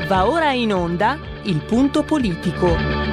Va ora in onda Il Punto Politico.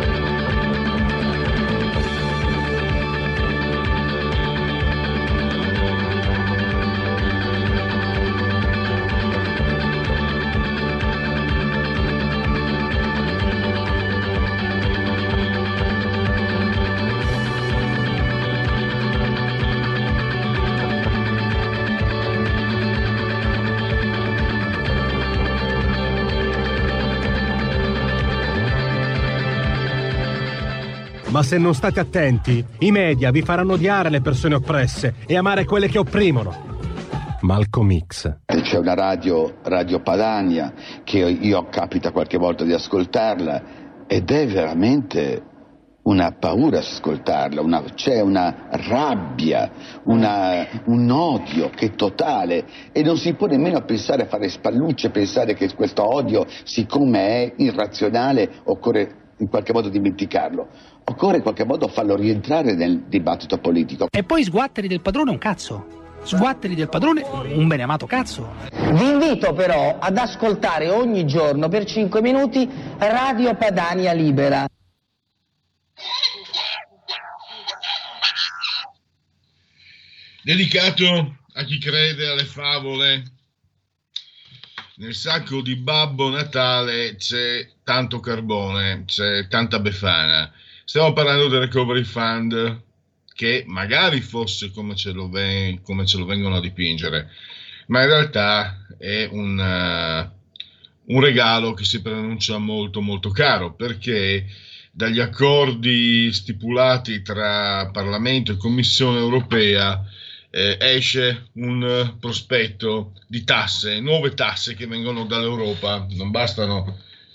Ma se non state attenti, i media vi faranno odiare le persone oppresse e amare quelle che opprimono. Malcolm X. C'è una Radio Padania, che io capita qualche volta di ascoltarla, ed è veramente una paura ascoltarla, c'è una rabbia, un odio che è totale, e non si può nemmeno pensare a fare spallucce, pensare che questo odio, siccome è irrazionale, occorre in qualche modo dimenticarlo. Occorre in qualche modo farlo rientrare nel dibattito politico. E poi sguatteri del padrone un cazzo. Sguatteri del padrone un beneamato cazzo. Vi invito però ad ascoltare ogni giorno per 5 minuti Radio Padania Libera. Dedicato a chi crede alle favole. Nel sacco di Babbo Natale c'è tanto carbone, c'è tanta befana. Stiamo parlando del Recovery Fund, che magari fosse come ce lo vengono a dipingere, ma in realtà è un regalo che si preannuncia molto molto caro, perché dagli accordi stipulati tra Parlamento e Commissione europea esce un prospetto di tasse, nuove tasse che vengono dall'Europa. Non bastano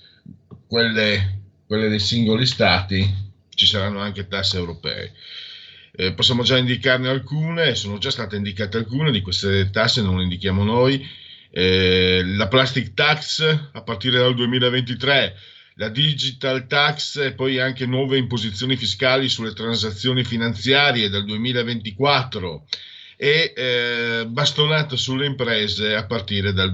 quelle dei singoli stati, ci saranno anche tasse europee. Possiamo già indicarne alcune, sono già state indicate alcune di queste tasse, non le indichiamo noi. La plastic tax a partire dal 2023, la digital tax e poi anche nuove imposizioni fiscali sulle transazioni finanziarie dal 2024 e bastonata sulle imprese a partire dal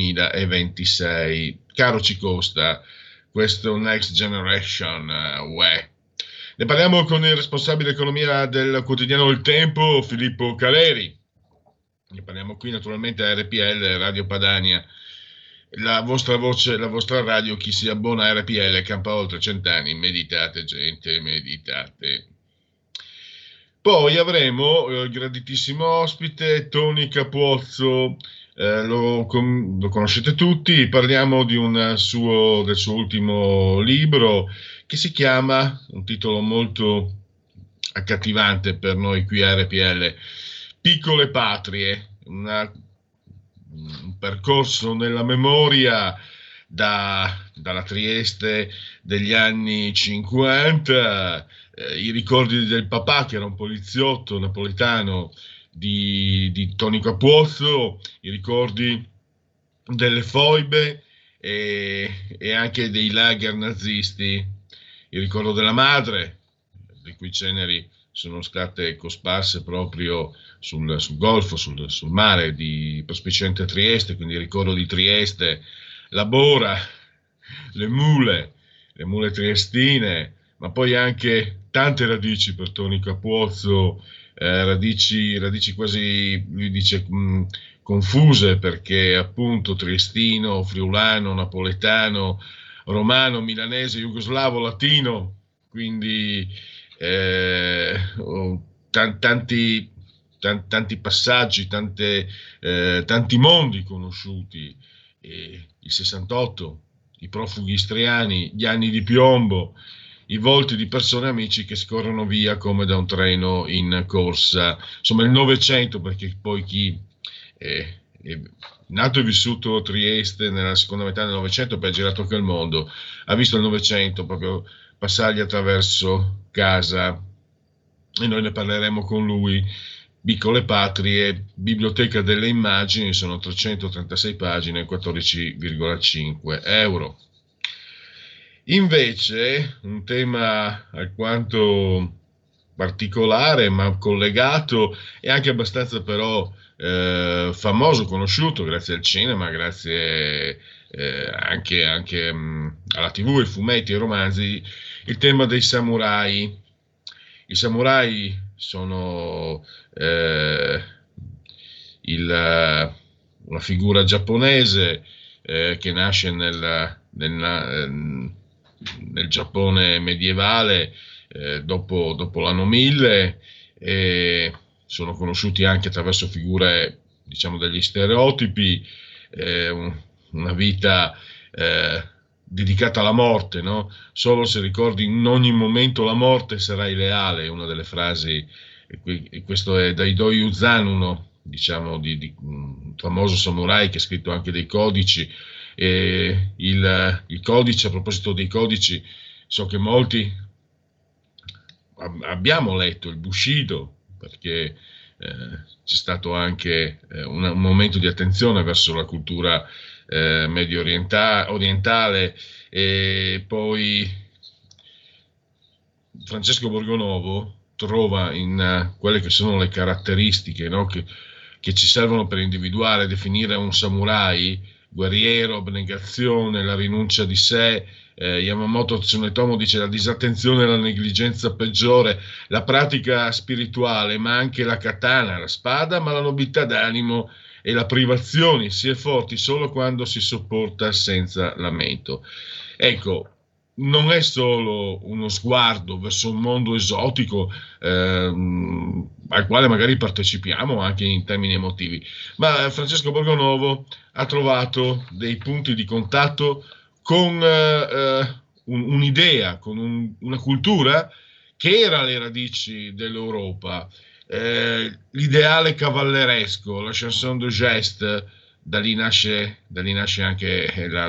2026. Caro ci costa questo Next Generation UE. Ne parliamo con il responsabile economia del quotidiano Il Tempo, Filippo Caleri. Ne parliamo qui naturalmente a RPL, Radio Padania, la vostra voce, la vostra radio. Chi si abbona a RPL campa oltre 100 anni. Meditate, gente, meditate. Poi avremo il graditissimo ospite Tony Capuozzo, lo conoscete tutti. Parliamo del suo ultimo libro, che si chiama, un titolo molto accattivante per noi qui a RPL, Piccole Patrie, un percorso nella memoria dalla Trieste degli anni 50, i ricordi del papà che era un poliziotto napoletano di Tony Capuozzo, i ricordi delle foibe e anche dei lager nazisti, il ricordo della madre, le cui ceneri sono state cosparse proprio sul golfo, sul mare di prospiciente Trieste, quindi il ricordo di Trieste, la Bora, le mule triestine, ma poi anche tante radici per Tony Capuozzo, radici quasi, lui dice, confuse, perché appunto triestino, friulano, napoletano, romano, milanese, jugoslavo, latino, quindi tanti passaggi, tanti mondi conosciuti, il 68, i profughi istriani, gli anni di piombo, i volti di persone, amici che scorrono via come da un treno in corsa, insomma il Novecento, perché poi chi è nato e vissuto a Trieste nella seconda metà del Novecento, poi ha girato anche il mondo, ha visto il Novecento proprio passargli attraverso casa, e noi ne parleremo con lui. Piccole Patrie, Biblioteca delle Immagini, sono 336 pagine, 14,5 euro. Invece, un tema alquanto particolare, ma collegato e anche abbastanza però famoso, conosciuto grazie al cinema, grazie anche alla TV, ai fumetti, ai romanzi, il tema dei samurai. I samurai sono una figura giapponese che nasce nel Giappone medievale dopo l'anno 1000, e sono conosciuti anche attraverso figure, diciamo, degli stereotipi, una vita dedicata alla morte, no? Solo se ricordi in ogni momento la morte sarai leale, è una delle frasi, e questo è da Ido Yuzan, uno, diciamo, di un famoso samurai che ha scritto anche dei codici. Il codice, a proposito dei codici, so che molti abbiamo letto il Bushido, perché c'è stato anche un momento di attenzione verso la cultura medio orientale, e poi Francesco Borgonovo trova in quelle che sono le caratteristiche, no, che ci servono per individuare e definire un samurai: guerriero, abnegazione, la rinuncia di sé. Yamamoto Tsunetomo dice: la disattenzione e la negligenza peggiore, la pratica spirituale, ma anche la katana, la spada, ma la nobiltà d'animo e la privazione. Si è forti solo quando si sopporta senza lamento. Ecco, non è solo uno sguardo verso un mondo esotico al quale magari partecipiamo anche in termini emotivi, ma Francesco Borgonovo ha trovato dei punti di contatto con un'idea, con una cultura che era alle radici dell'Europa, l'ideale cavalleresco, la chanson de geste. Da lì nasce anche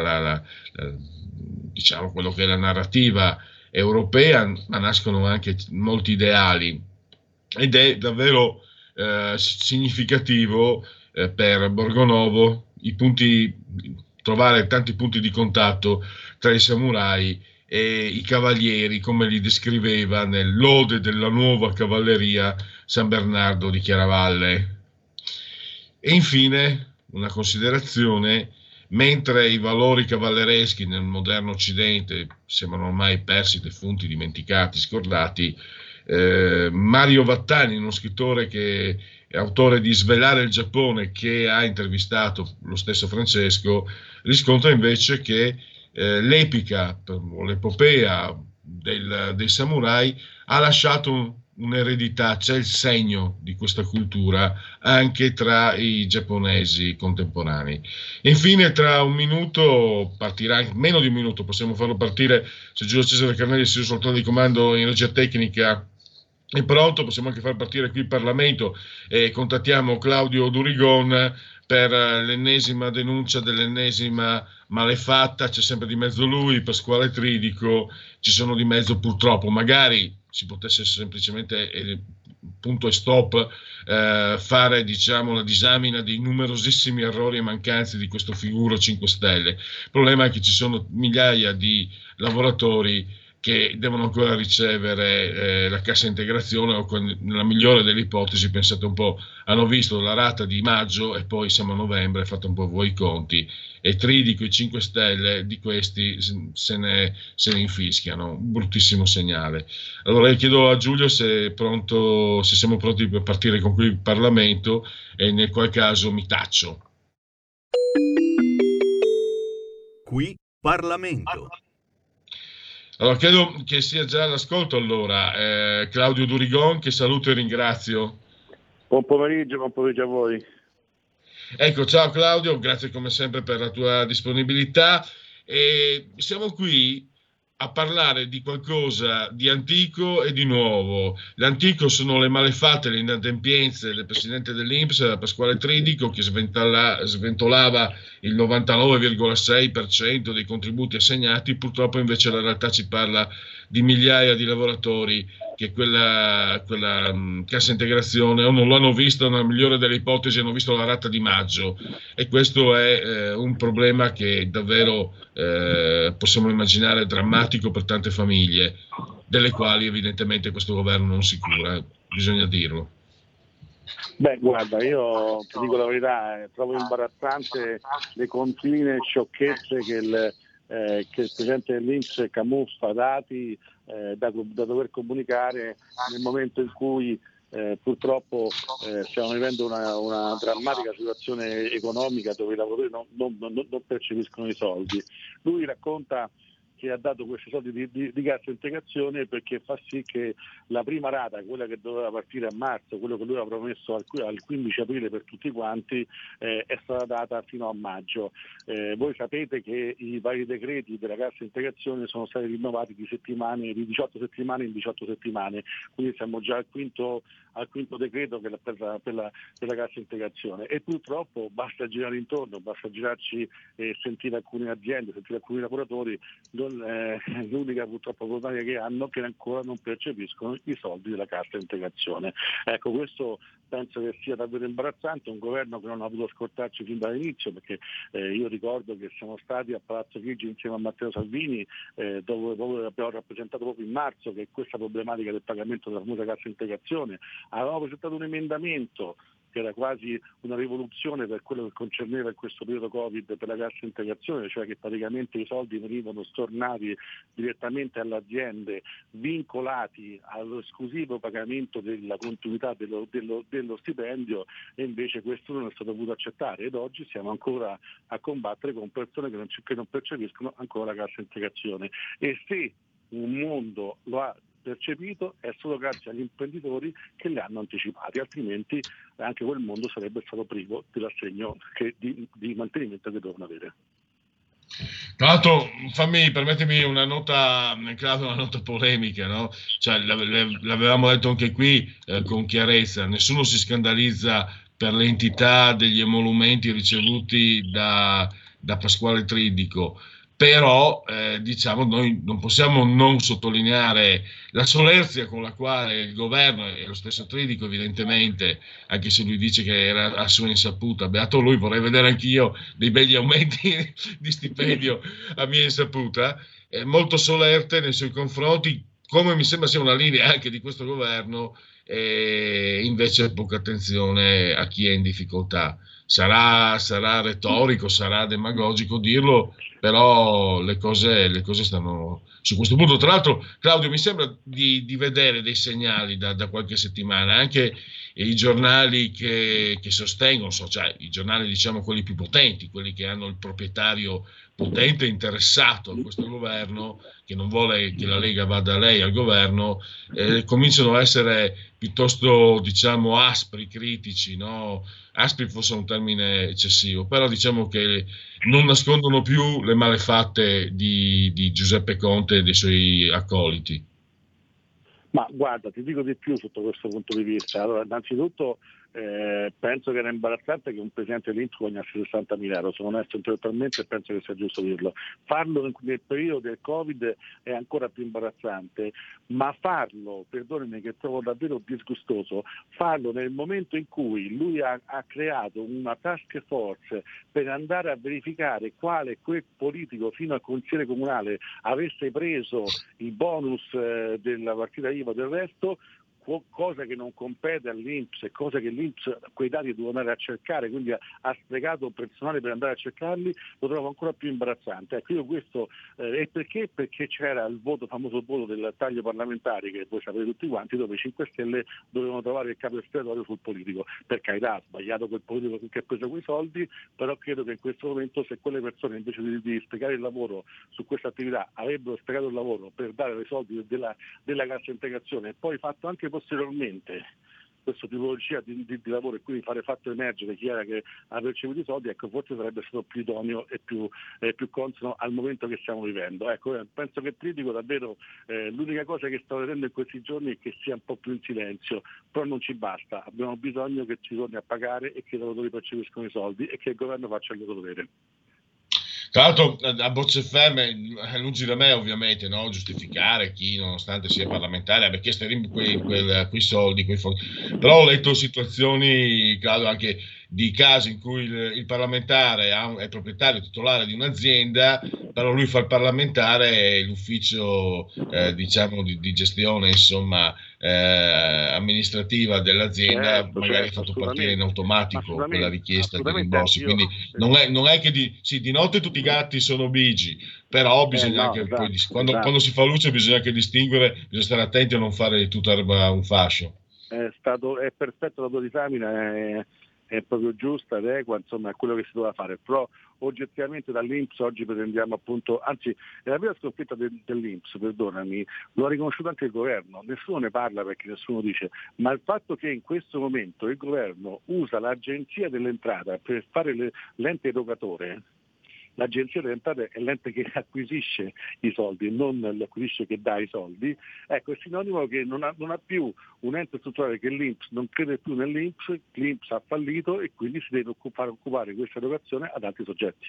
diciamo quello che è la narrativa europea, ma nascono anche molti ideali, ed è davvero significativo per Borgonovo trovare tanti punti di contatto tra i samurai e i cavalieri, come li descriveva nell'Ode della nuova cavalleria San Bernardo di Chiaravalle. E infine una considerazione: mentre i valori cavallereschi nel moderno Occidente sembrano ormai persi, defunti, dimenticati, scordati, Mario Vattani, uno scrittore che è autore di Svelare il Giappone, che ha intervistato lo stesso Francesco, riscontra invece che l'epica, l'epopea dei samurai ha lasciato un'eredità, c'è il segno di questa cultura anche tra i giapponesi contemporanei. E infine, tra un minuto partirà, meno di un minuto possiamo farlo partire, se Giulio Cesare Carnelli, se io soltanto di comando in regia tecnica è pronto, possiamo anche far partire qui il Parlamento, e contattiamo Claudio Durigon per l'ennesima denuncia dell'ennesima malefatta. C'è sempre di mezzo lui, Pasquale Tridico, ci sono di mezzo purtroppo, magari si potesse semplicemente, punto e stop, fare, diciamo, la disamina dei numerosissimi errori e mancanze di questo figuro 5 Stelle. Il problema è che ci sono migliaia di lavoratori che devono ancora ricevere la cassa integrazione, o nella migliore delle ipotesi, pensate un po', hanno visto la rata di maggio e poi siamo a novembre, fate un po' voi i conti, e Tridico, i 5 Stelle, di questi se ne infischiano, un bruttissimo segnale. Allora io chiedo a Giulio se siamo pronti per partire con qui il Parlamento, e nel qual caso mi taccio. Qui Parlamento. Allora, credo che sia già all'ascolto allora. Claudio Durigon, che saluto e ringrazio. Buon pomeriggio a voi. Ecco, ciao Claudio, grazie come sempre per la tua disponibilità. E siamo qui a parlare di qualcosa di antico e di nuovo. L'antico sono le malefatte, le inadempienze del presidente dell'INPS, Pasquale Tridico, che sventolava il 99,6% dei contributi assegnati. Purtroppo invece la realtà ci parla di migliaia di lavoratori che quella cassa integrazione o non l'hanno visto, nella migliore delle ipotesi hanno visto la rata di maggio, e questo è un problema che davvero possiamo immaginare drammatico per tante famiglie, delle quali evidentemente questo governo non si cura, bisogna dirlo. Beh, guarda, io ti dico la verità, trovo imbarazzante le continue sciocchezze che il Presidente dell'Inps camuffa dati da dover comunicare nel momento in cui purtroppo stiamo vivendo una drammatica situazione economica dove i lavoratori non percepiscono i soldi. Lui racconta che ha dato questi soldi di cassa integrazione perché fa sì che la prima rata, quella che doveva partire a marzo, quello che lui aveva promesso al 15 aprile per tutti quanti, è stata data fino a maggio. Voi sapete che i vari decreti della cassa integrazione sono stati rinnovati di 18 settimane in 18 settimane, quindi siamo già al quinto decreto che per la cassa integrazione, e purtroppo basta girare intorno, basta girarci e sentire alcune aziende, sentire alcuni lavoratori, l'unica purtroppo problematica che hanno che ancora non percepiscono i soldi della cassa integrazione. Ecco, questo penso che sia davvero imbarazzante, un governo che non ha voluto ascoltarci fin dall'inizio, perché io ricordo che siamo stati a Palazzo Chigi insieme a Matteo Salvini, dove abbiamo rappresentato proprio in marzo che questa problematica del pagamento della famosa cassa integrazione. Avevamo presentato un emendamento che era quasi una rivoluzione per quello che concerneva in questo periodo Covid per la cassa integrazione, cioè che praticamente i soldi venivano stornati direttamente alle aziende, vincolati allo esclusivo pagamento della continuità dello stipendio, e invece questo non è stato voluto accettare, ed oggi siamo ancora a combattere con persone che non percepiscono ancora la cassa integrazione. E se un mondo lo ha percepito è solo grazie agli imprenditori che li hanno anticipati, altrimenti anche quel mondo sarebbe stato privo dell'assegno di mantenimento che devono avere. Tra l'altro, permettimi una nota polemica, no? Cioè, l'avevamo detto anche qui con chiarezza, nessuno si scandalizza per l'entità degli emolumenti ricevuti da Pasquale Tridico. Però diciamo, noi non possiamo non sottolineare la solerzia con la quale il governo e lo stesso Tridico, evidentemente, anche se lui dice che era a sua insaputa, beato lui, vorrei vedere anch'io dei begli aumenti di stipendio a mia insaputa, molto solerte nei suoi confronti, come mi sembra sia una linea anche di questo governo, e invece poca attenzione a chi è in difficoltà. Sarà retorico, sarà demagogico dirlo, però le cose stanno su questo punto. Tra l'altro, Claudio, mi sembra di vedere dei segnali da qualche settimana, anche i giornali che sostengono, cioè i giornali, diciamo, quelli più potenti, quelli che hanno il proprietario potente interessato a questo governo, che non vuole che la Lega vada lei al governo, cominciano a essere piuttosto, diciamo, aspri, critici, no? Aspri forse è un termine eccessivo, però diciamo che non nascondono più le malefatte di Giuseppe Conte e dei suoi accoliti. Ma guarda, ti dico di più sotto questo punto di vista. Allora, innanzitutto penso che era imbarazzante che un presidente dell'Inps guadagnasse 60.000 euro, sono onesto intellettualmente e penso che sia giusto dirlo. Farlo nel periodo del Covid è ancora più imbarazzante, ma farlo, perdonami che trovo davvero disgustoso, farlo nel momento in cui lui ha creato una task force per andare a verificare quale quel politico fino al consigliere comunale avesse preso il bonus della partita IVA del resto, cosa che non compete all'Inps e cosa che l'Inps quei dati deve andare a cercare, quindi ha sprecato personale per andare a cercarli, lo trovo ancora più imbarazzante. Ecco, io questo perché c'era il famoso voto del taglio parlamentare, che voi sapete tutti quanti, dove i 5 Stelle dovevano trovare il capo espiatorio sul politico. Per carità, ha sbagliato quel politico che ha preso quei soldi, però credo che in questo momento, se quelle persone invece di spiegare il lavoro su questa attività avrebbero spiegato il lavoro per dare i soldi della cassa integrazione e poi fatto anche posteriormente questa tipologia di lavoro e quindi fare fatto emergere chi era che ha percevuto i soldi, ecco, forse sarebbe stato più idoneo e più consono al momento che stiamo vivendo. Ecco, penso che Tridico davvero l'unica cosa che sta vedendo in questi giorni è che sia un po' più in silenzio, però non ci basta, abbiamo bisogno che ci torni a pagare e che i lavoratori percepiscono i soldi e che il governo faccia il loro dovere. Tra l'altro, a bocce ferme, lungi da me ovviamente, no, giustificare chi, nonostante sia parlamentare, abbia chiesto quei soldi, quei fondi. Però ho letto situazioni, Claudio, anche di casi in cui il parlamentare è proprietario titolare di un'azienda, però lui fa il parlamentare e l'ufficio diciamo di gestione, insomma, amministrativa dell'azienda magari è fatto partire in automatico quella richiesta di rimborsi. Quindi non è che di notte tutti i gatti sono bigi, però bisogna anche poi quando si fa luce bisogna anche distinguere, bisogna stare attenti a non fare di tutta erba un fascio. È perfetto la tua disamina, è proprio giusta, adequa, insomma, è quello che si doveva fare, però oggettivamente dall'Inps oggi pretendiamo appunto, anzi è la prima sconfitta dell'Inps, perdonami, lo ha riconosciuto anche il governo, nessuno ne parla perché nessuno dice, ma il fatto che in questo momento il governo usa l'agenzia dell'entrata per fare l'ente erogatore. L'agenzia delle entrate è l'ente che acquisisce i soldi, non l'acquisisce che dà i soldi. Ecco, è sinonimo che non ha più un ente strutturale che l'Inps, non crede più nell'Inps, l'Inps ha fallito e quindi si deve occupare questa erogazione ad altri soggetti.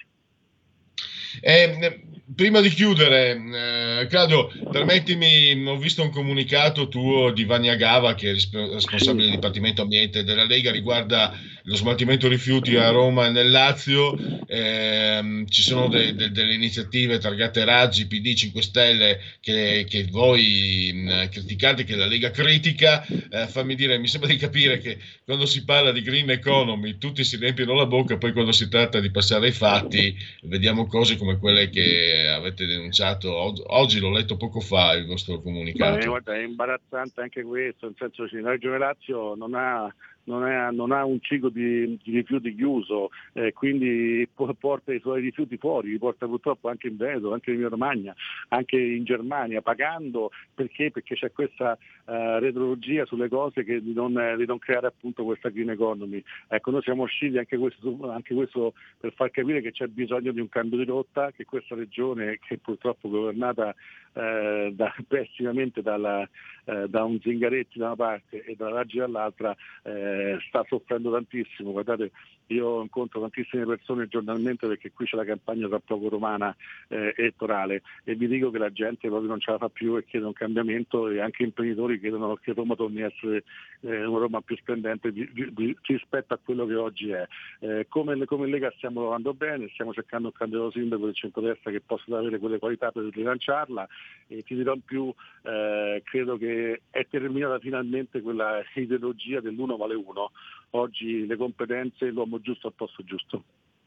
Prima di chiudere, Claudio, permettimi, ho visto un comunicato tuo di Vania Gava, che è responsabile del Dipartimento Ambiente della Lega, riguarda lo smaltimento rifiuti a Roma e nel Lazio. Ci sono delle iniziative targate Raggi, PD, 5 Stelle che voi criticate, che la Lega critica. Fammi dire, mi sembra di capire che quando si parla di green economy tutti si riempiono la bocca, poi quando si tratta di passare ai fatti vediamo cose come quelle che avete denunciato oggi, l'ho letto poco fa il vostro comunicato. Guarda, è imbarazzante anche questo, nel senso che la Regione Lazio non ha un ciclo di rifiuti chiuso, quindi porta i suoi rifiuti fuori, li porta purtroppo anche in Veneto, anche in Emilia Romagna, anche in Germania, pagando perché c'è questa retrologia sulle cose che di non creare appunto questa green economy. Ecco, noi siamo usciti anche questo per far capire che c'è bisogno di un cambio di rotta, che questa regione, che purtroppo è governata pessimamente da un Zingaretti da una parte e da Raggi dall'altra, sta soffrendo tantissimo. Guardate, io incontro tantissime persone giornalmente perché qui c'è la campagna tra poco romana elettorale e vi dico che la gente proprio non ce la fa più e chiede un cambiamento, e anche imprenditori chiedono che Roma torni a essere una Roma più splendente rispetto a quello che oggi è. Come Lega stiamo lavorando bene, stiamo cercando un candidato sindaco del centrodestra che possa avere quelle qualità per rilanciarla, e ti dirò in più, credo che è terminata finalmente quella ideologia dell'1 vale 1. Oggi le competenze, l'uomo giusto al posto giusto.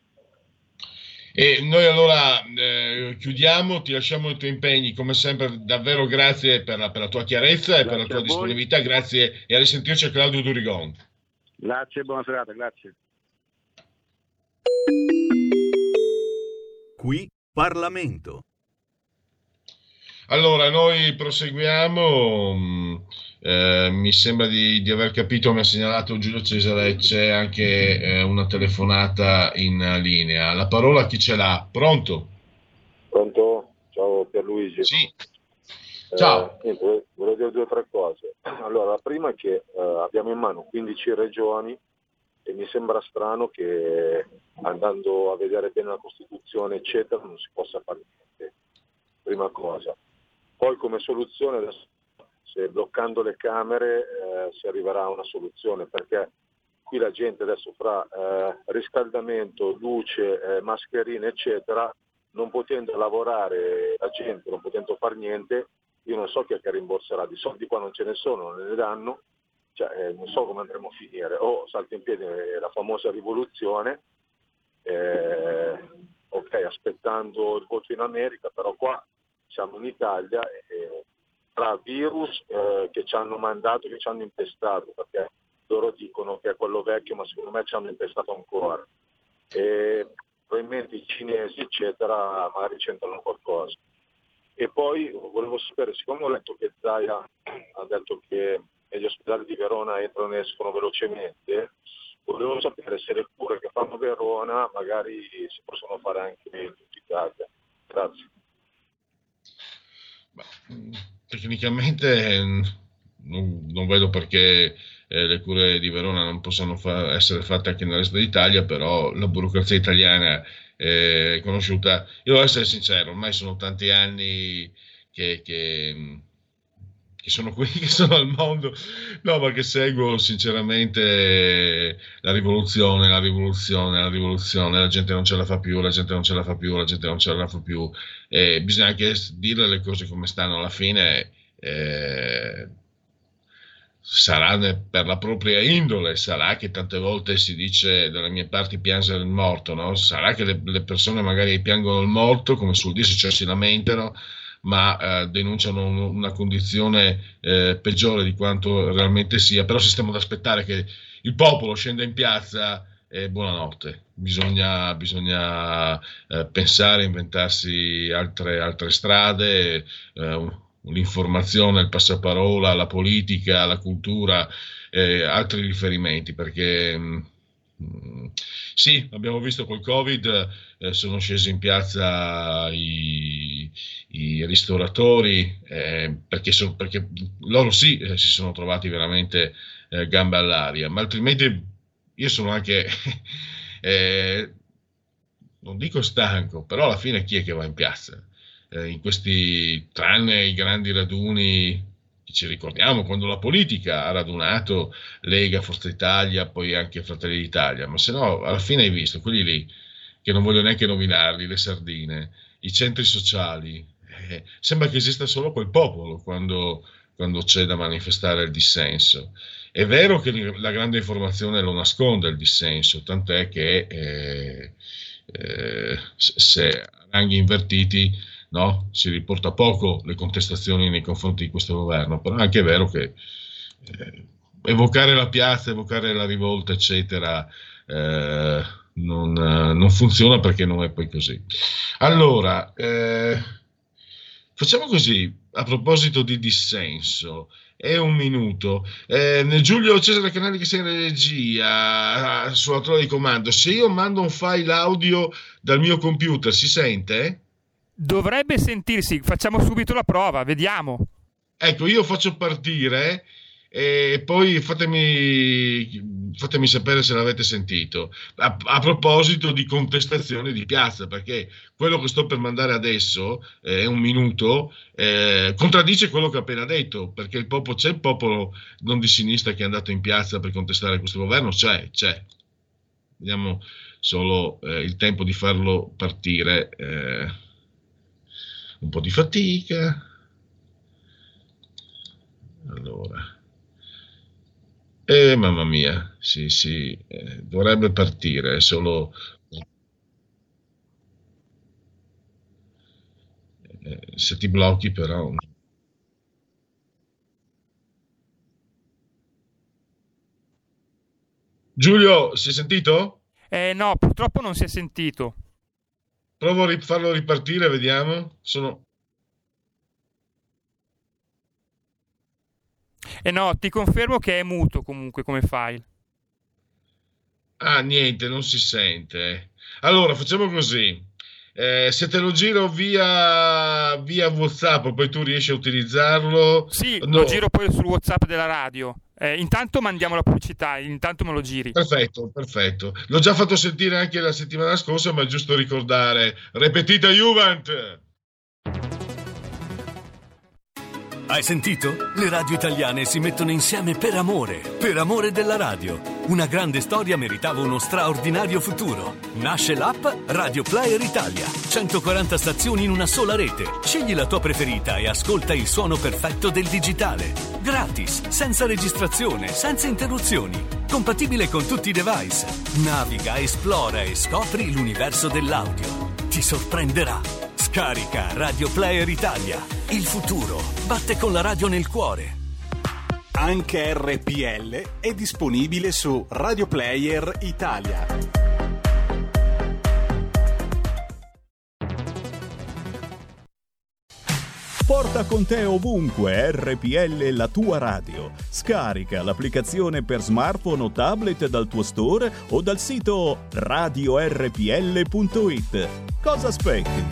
E noi allora chiudiamo, ti lasciamo i tuoi impegni, come sempre davvero grazie per la tua chiarezza e per la tua disponibilità, grazie, e a risentirci a Claudio Durigon. Grazie, buona serata, grazie. Qui Parlamento. Allora, noi proseguiamo. Mi sembra di aver capito, mi ha segnalato Giulio Cesare, c'è anche una telefonata in linea. La parola chi ce l'ha? Pronto? Pronto? Ciao Pierluigi. Sì. Ciao. Volevo dire 2 o 3 cose. Allora, la prima è che abbiamo in mano 15 regioni e mi sembra strano che, andando a vedere bene la Costituzione eccetera, non si possa fare niente. Prima cosa. Poi come soluzione, adesso, se bloccando le camere si arriverà a una soluzione, perché qui la gente adesso fra riscaldamento, luce, mascherine eccetera, non potendo lavorare la gente, non potendo fare niente, io non so chi è che rimborserà, di soldi qua non ce ne sono, non ne danno, cioè, non so come andremo a finire. O salta in piedi la famosa rivoluzione, ok, aspettando il voto in America, però qua siamo in Italia e tra virus che ci hanno mandato, che ci hanno impestato, perché loro dicono che è quello vecchio, ma secondo me ci hanno impestato ancora, e probabilmente i cinesi eccetera magari c'entrano qualcosa. E poi volevo sapere, siccome ho letto che Zaia ha detto che gli ospedali di Verona entrano e escono velocemente, volevo sapere se le cure che fanno a Verona magari si possono fare anche in tutta Italia. Grazie. Tecnicamente non vedo perché le cure di Verona non possano essere fatte anche nel resto d'Italia, però la burocrazia italiana è conosciuta. Io devo essere sincero, ormai sono tanti anni che che sono quelli che sono al mondo, no, ma che seguo sinceramente la rivoluzione, la gente non ce la fa più, e bisogna anche dire le cose come stanno alla fine. Sarà per la propria indole, sarà che tante volte si dice dalle mie parti piangere il morto, no? Sarà che le persone magari piangono il morto, come sul dire, cioè si lamentano, ma denunciano una condizione peggiore di quanto realmente sia. Però se stiamo ad aspettare che il popolo scenda in piazza, buonanotte, bisogna pensare, inventarsi altre strade, l'informazione, il passaparola, la politica, la cultura, altri riferimenti, perché sì, abbiamo visto col Covid, sono scesi in piazza i ristoratori, perché loro sì, si sono trovati veramente gambe all'aria, ma altrimenti io sono anche non dico stanco, però alla fine chi è che va in piazza? In questi, tranne i grandi raduni che ci ricordiamo quando la politica ha radunato Lega, Forza Italia, poi anche Fratelli d'Italia, ma se no alla fine hai visto quelli lì che non voglio neanche nominarli, le sardine, i centri sociali, sembra che esista solo quel popolo quando c'è da manifestare il dissenso. È vero che la grande informazione lo nasconde il dissenso, tant'è che se a ranghi invertiti, no, si riporta poco le contestazioni nei confronti di questo governo, però è anche vero che evocare la piazza, evocare la rivolta, eccetera, non funziona, perché non è poi così. Allora, facciamo così, a proposito di dissenso, è un minuto. Giulio Cesare Canali che sei in regia, sulla torre di comando, se io mando un file audio dal mio computer, si sente? Dovrebbe sentirsi, facciamo subito la prova, vediamo. Ecco, io faccio partire e poi fatemi sapere se l'avete sentito. A proposito di contestazioni di piazza, perché quello che sto per mandare adesso è un minuto, contraddice quello che ho appena detto, perché c'è il popolo non di sinistra che è andato in piazza per contestare questo governo, c'è. Vediamo solo il tempo di farlo partire. Un po' di fatica. Allora, mamma mia, sì, dovrebbe partire, è solo se ti blocchi però. Giulio, si è sentito? No, purtroppo non si è sentito. Provo a farlo ripartire, vediamo. No, ti confermo che è muto comunque come file. Ah, niente, non si sente. Allora, facciamo così. Se te lo giro via WhatsApp, poi tu riesci a utilizzarlo. Sì, lo giro poi sul WhatsApp della radio. Intanto mandiamo la pubblicità, intanto me lo giri. Perfetto. L'ho già fatto sentire anche la settimana scorsa, ma è giusto ricordare. Repetita Juvent! Hai sentito? Le radio italiane si mettono insieme per amore della radio. Una grande storia meritava uno straordinario futuro. Nasce l'app Radio Player Italia. 140 stazioni in una sola rete. Scegli la tua preferita e ascolta il suono perfetto del digitale. Gratis, senza registrazione, senza interruzioni. Compatibile con tutti i device. Naviga, esplora e scopri l'universo dell'audio. Ti sorprenderà. Scarica Radio Player Italia. Il futuro batte con la radio nel cuore. Anche RPL è disponibile su Radio Player Italia. Porta con te ovunque RPL, la tua radio. Scarica l'applicazione per smartphone o tablet dal tuo store o dal sito radiorpl.it. Cosa aspetti?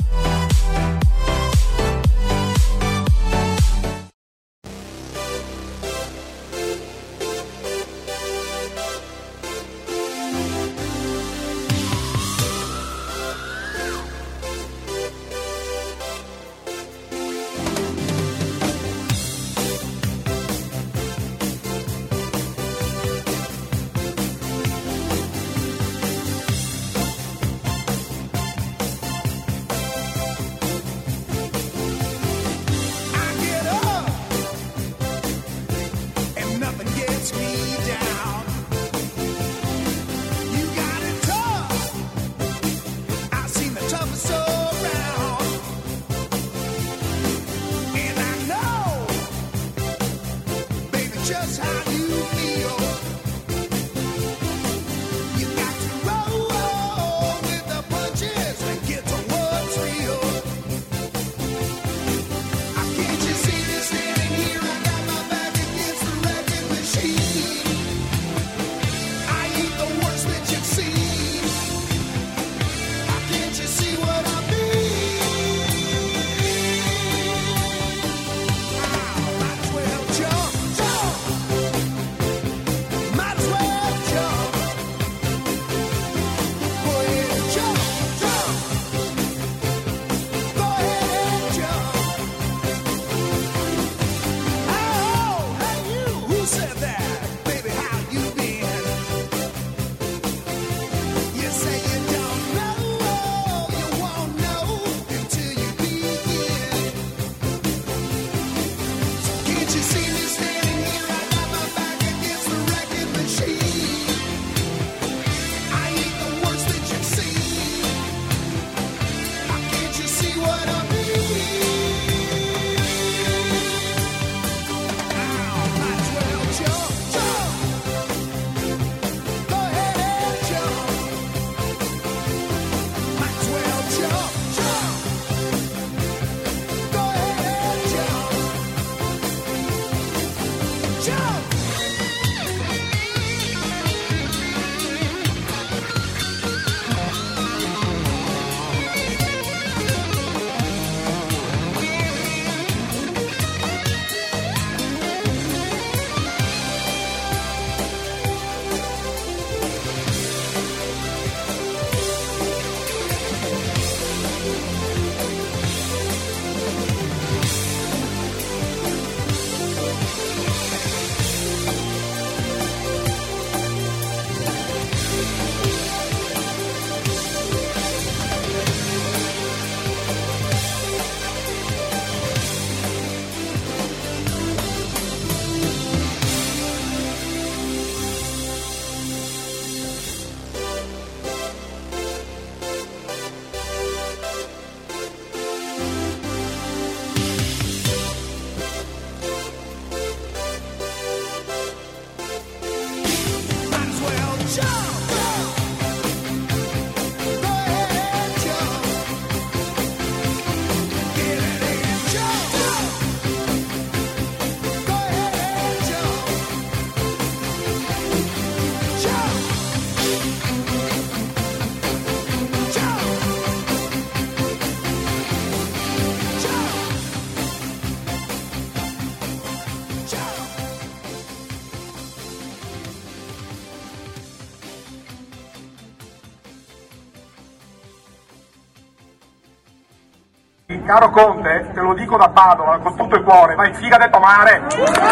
Caro Conte, te lo dico da Padova con tutto il cuore, vai figa detto mare!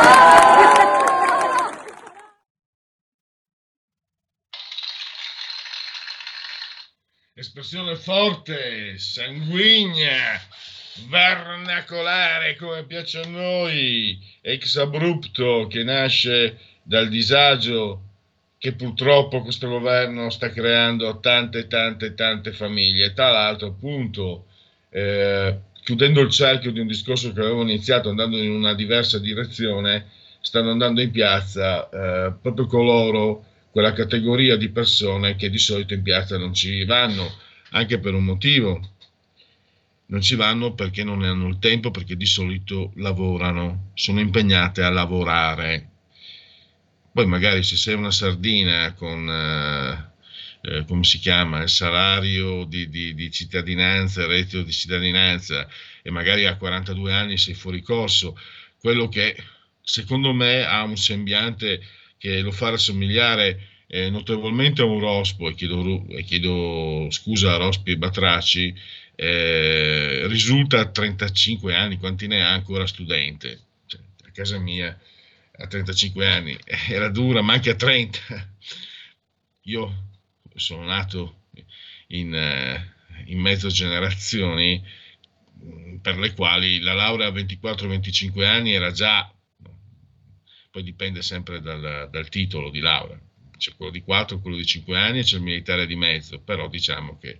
Espressione forte, sanguigna, vernacolare come piace a noi, ex abrupto, che nasce dal disagio che purtroppo questo governo sta creando a tante famiglie. Tra l'altro, appunto, chiudendo il cerchio di un discorso che avevo iniziato andando in una diversa direzione, stanno andando in piazza proprio coloro, quella categoria di persone che di solito in piazza non ci vanno, anche per un motivo. Non ci vanno perché non ne hanno il tempo, perché di solito lavorano, sono impegnate a lavorare. Poi magari se sei una sardina con, come si chiama, il salario di cittadinanza, il reddito di cittadinanza, e magari a 42 anni sei fuori corso, quello che secondo me ha un sembiante che lo fa rassomigliare notevolmente a un rospo, e chiedo scusa a Rospi e Batracci, risulta a 35 anni, quanti ne ha ancora studente? Cioè, a casa mia a 35 anni era dura, ma anche a 30. Io sono nato in mezzo generazioni per le quali la laurea a 24-25 anni era già, poi dipende sempre dal titolo di laurea, c'è quello di 4, quello di 5 anni e c'è il militare di mezzo, però diciamo che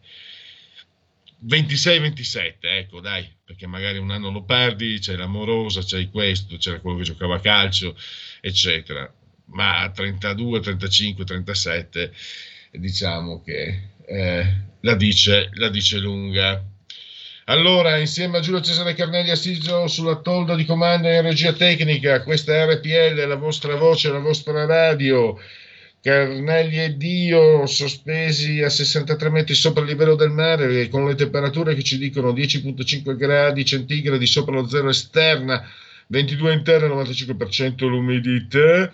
26-27, ecco dai, perché magari un anno lo perdi, c'è l'amorosa, c'è questo, c'era quello che giocava a calcio, eccetera, ma a 32, 35, 37 diciamo che la dice lunga. Allora, insieme a Giulio Cesare Carnelli assiso sulla tolda di comando in regia tecnica, questa è RPL, la vostra voce, la vostra radio. Carnelli e Dio sospesi a 63 metri sopra il livello del mare, con le temperature che ci dicono 10,5 gradi centigradi sopra lo zero esterna, 22 interna, 95% l'umidità,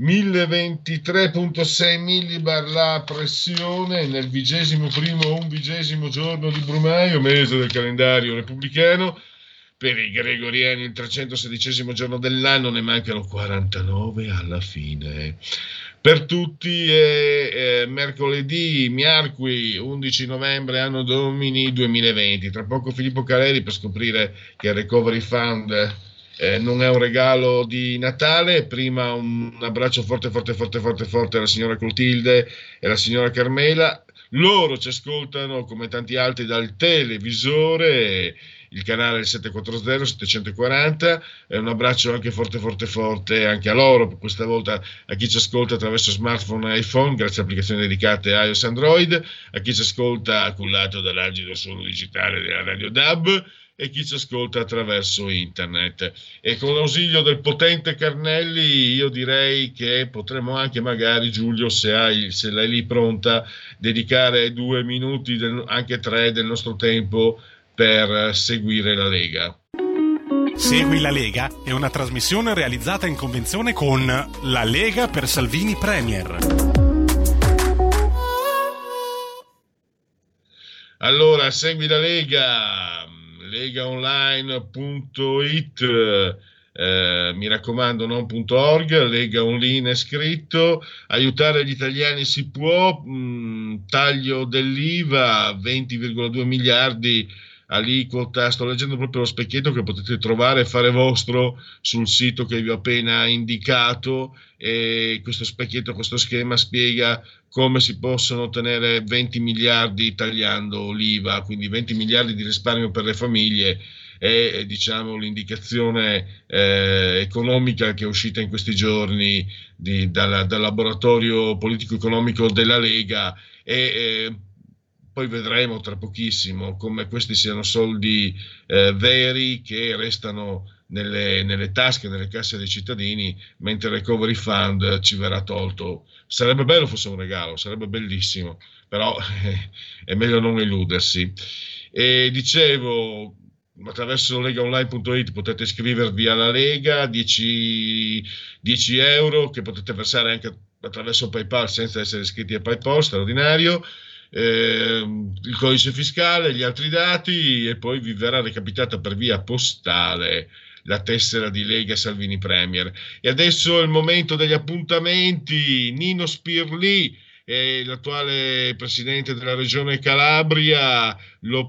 1023,6 millibar la pressione nel 21° giorno di Brumaio, mese del calendario repubblicano. Per i gregoriani il 316° giorno dell'anno, ne mancano 49 alla fine. Per tutti è mercoledì, miarqui, 11 novembre, anno domini 2020. Tra poco Filippo Caleri per scoprire che il Recovery Fund non è un regalo di Natale. Prima un abbraccio forte alla signora Clotilde e alla signora Carmela. Loro ci ascoltano come tanti altri dal televisore, il canale 740-740, un abbraccio anche forte anche a loro, questa volta a chi ci ascolta attraverso smartphone e iPhone grazie a applicazioni dedicate a iOS e Android, a chi ci ascolta cullato dall'agido suono digitale della Radio DAB e chi ci ascolta attraverso internet. E con l'ausilio del potente Carnelli io direi che potremmo anche magari, Giulio, se l'hai lì pronta, dedicare 2 minuti, anche 3 del nostro tempo per seguire la Lega. Segui la Lega è una trasmissione realizzata in convenzione con La Lega per Salvini Premier. Allora, segui la Lega, legaonline.it, mi raccomando non .org, Lega Online è scritto, aiutare gli italiani si può, taglio dell'IVA, 20,2 miliardi aliquota, sto leggendo proprio lo specchietto che potete trovare e fare vostro sul sito che vi ho appena indicato, e questo specchietto, questo schema spiega come si possono ottenere 20 miliardi tagliando l'IVA, quindi 20 miliardi di risparmio per le famiglie. È diciamo l'indicazione economica che è uscita in questi giorni dal laboratorio politico-economico della Lega, e poi vedremo tra pochissimo come questi siano soldi veri che restano nelle tasche, nelle casse dei cittadini, mentre il Recovery Fund ci verrà tolto. Sarebbe bello fosse un regalo, sarebbe bellissimo, però è meglio non illudersi. E dicevo, attraverso legaonline.it potete iscrivervi alla Lega, 10 euro che potete versare anche attraverso PayPal senza essere iscritti a PayPal, straordinario. il codice fiscale, gli altri dati, e poi vi verrà recapitata per via postale la tessera di Lega Salvini Premier. E adesso è il momento degli appuntamenti. Nino Spirlì, l'attuale presidente della regione Calabria, lo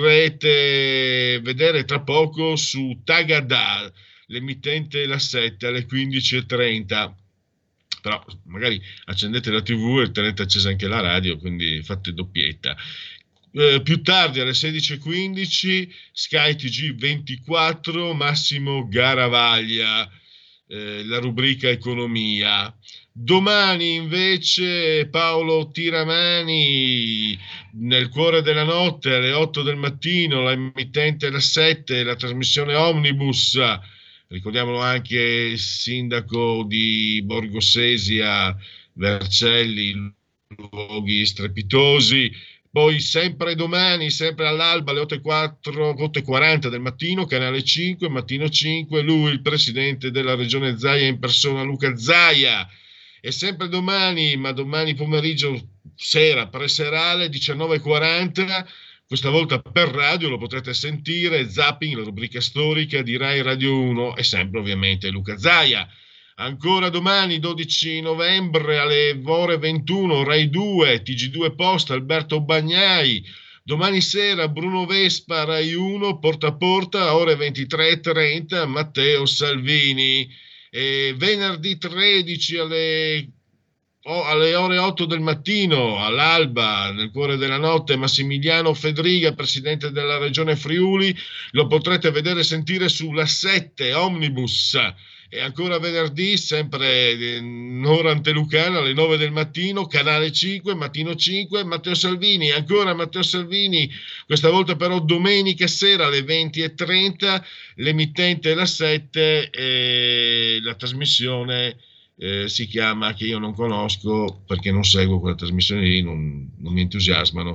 potrete vedere tra poco su Tagadà, l'emittente La 7 alle 15:30. Però magari accendete la TV e tenete accesa anche la radio, quindi fate doppietta. Più tardi alle 16:15 Sky TG24, Massimo Garavaglia, la rubrica economia. Domani invece Paolo Tiramani, nel cuore della notte alle 8 del mattino, la emittente La 7, la trasmissione Omnibus. Ricordiamolo anche il sindaco di Borgosesia, Vercelli, luoghi strepitosi. Poi sempre domani, sempre all'alba, alle 8:40 del mattino, Canale 5, Mattino 5, lui, il presidente della regione Zaia in persona, Luca Zaia. E sempre domani, ma domani pomeriggio, sera, preserale, 19:40, questa volta per radio, lo potrete sentire, Zapping, la rubrica storica di Rai Radio 1, e sempre ovviamente Luca Zaia. Ancora domani, 12 novembre, alle ore 21, Rai 2, TG2 Post, Alberto Bagnai. Domani sera, Bruno Vespa, Rai 1, Porta a Porta, ore 23:30, Matteo Salvini. E venerdì 13 alle ore 8 del mattino, all'alba, nel cuore della notte, Massimiliano Fedriga, presidente della regione Friuli, lo potrete vedere e sentire sulla 7 Omnibus. E ancora venerdì, sempre in ora antelucana, alle 9 del mattino, Canale 5, Mattino 5, Matteo Salvini. Ancora Matteo Salvini, questa volta però domenica sera alle 20:30, l'emittente La 7, e la trasmissione si chiama, che io non conosco perché non seguo quella trasmissione lì, non mi entusiasmano,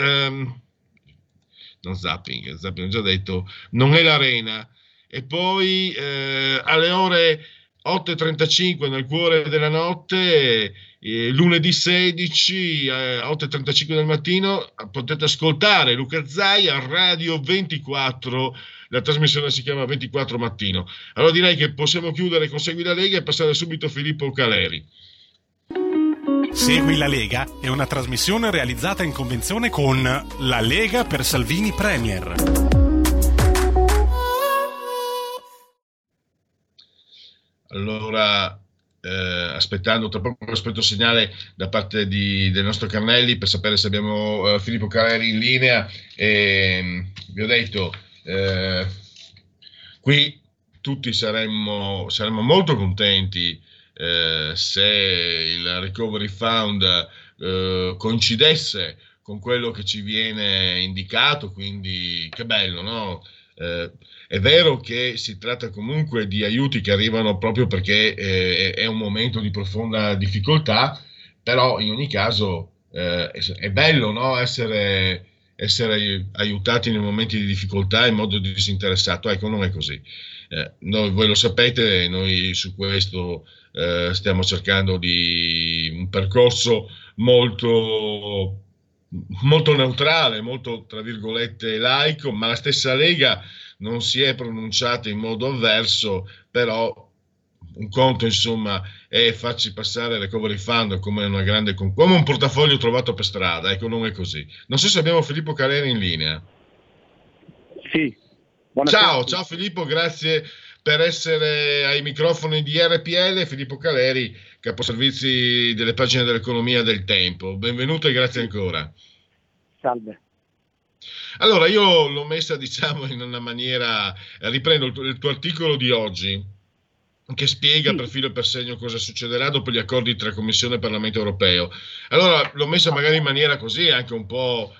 non Zapping, ho già detto, non è l'Arena. E poi alle ore 8:35 nel cuore della notte, lunedì 16 8:35 del mattino, potete ascoltare Luca Zaia, Radio 24, la trasmissione si chiama 24 Mattino. Allora direi che possiamo chiudere con Segui la Lega e passare subito a Filippo Caleri. Segui la Lega è una trasmissione realizzata in convenzione con la Lega per Salvini Premier. Allora, aspettando, tra poco aspetto segnale da parte del nostro Carnelli per sapere se abbiamo Filippo Caleri in linea. Vi ho detto, qui tutti saremmo molto contenti se il Recovery Fund coincidesse con quello che ci viene indicato, quindi che bello, no? È vero che si tratta comunque di aiuti che arrivano proprio perché è un momento di profonda difficoltà, però in ogni caso è bello, no? essere aiutati nei momenti di difficoltà in modo disinteressato. Ecco, non è così. Voi lo sapete, noi su questo stiamo cercando di un percorso molto neutrale, molto tra virgolette laico, ma la stessa Lega non si è pronunciata in modo avverso. Però un conto insomma è farci passare il Recovery Fund come un portafoglio trovato per strada. Ecco, non è così. Non so se abbiamo Filippo Caleri in linea. Sì. Buonasera. Ciao Filippo, grazie per essere ai microfoni di RPL. Filippo Caleri, caposervizi delle pagine dell'economia del Tempo. Benvenuto e grazie ancora. Salve. Allora, io l'ho messa, diciamo, in una maniera, riprendo il tuo articolo di oggi, che spiega per filo e per segno cosa succederà dopo gli accordi tra Commissione e Parlamento Europeo. Allora, l'ho messa magari in maniera così, anche un po',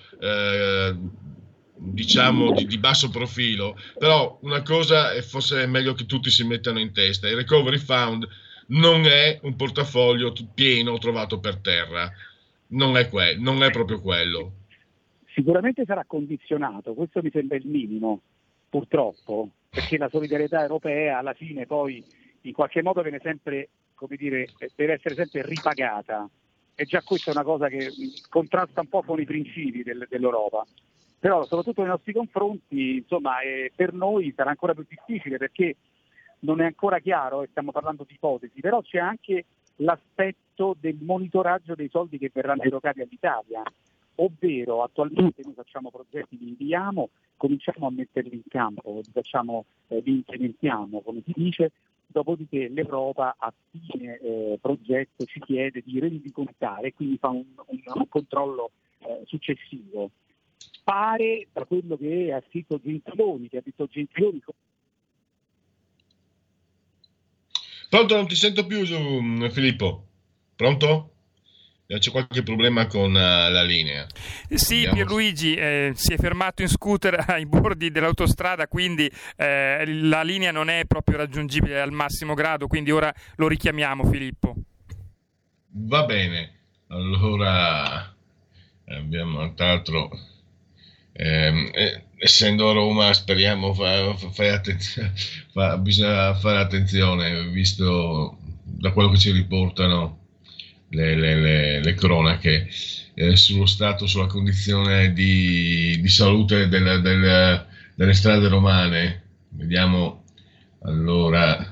diciamo, di basso profilo, però una cosa è forse è meglio che tutti si mettano in testa: il Recovery Fund non è un portafoglio pieno trovato per terra, non è proprio quello. Sicuramente sarà condizionato, questo mi sembra il minimo, purtroppo, perché la solidarietà europea alla fine poi in qualche modo viene sempre, come dire, deve essere sempre ripagata. e già questa è una cosa che contrasta un po' con i principi dell'Europa. Però soprattutto nei nostri confronti, insomma, per noi sarà ancora più difficile, perché non è ancora chiaro, e stiamo parlando di ipotesi, però c'è anche l'aspetto del monitoraggio dei soldi che verranno erogati all'Italia, ovvero attualmente noi facciamo progetti, li inviamo, cominciamo a metterli in campo, li implementiamo, come si dice, dopodiché l'Europa a fine progetto ci chiede di rendicontare, quindi fa un controllo successivo. Pare, da quello che ha scritto Gentiloni, Pronto, non ti sento più, Filippo. Pronto? C'è qualche problema con la linea. Sì, Pierluigi si è fermato in scooter ai bordi dell'autostrada, quindi la linea non è proprio raggiungibile al massimo grado, quindi ora lo richiamiamo, Filippo. Va bene, allora abbiamo tra l'altro, essendo a Roma, speriamo bisogna fare attenzione, visto da quello che ci riportano le cronache sullo stato, sulla condizione di salute delle strade romane. Vediamo allora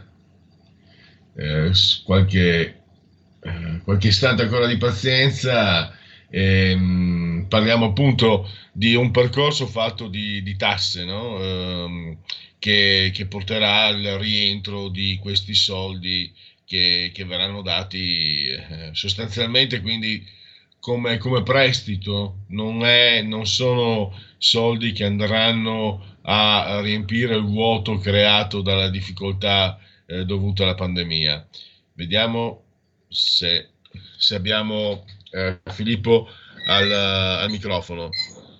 qualche istante ancora di pazienza. Parliamo appunto di un percorso fatto di tasse, no? Che porterà al rientro di questi soldi che verranno dati sostanzialmente, quindi come prestito, non sono soldi che andranno a riempire il vuoto creato dalla difficoltà dovuta alla pandemia. Vediamo se abbiamo Filippo al microfono.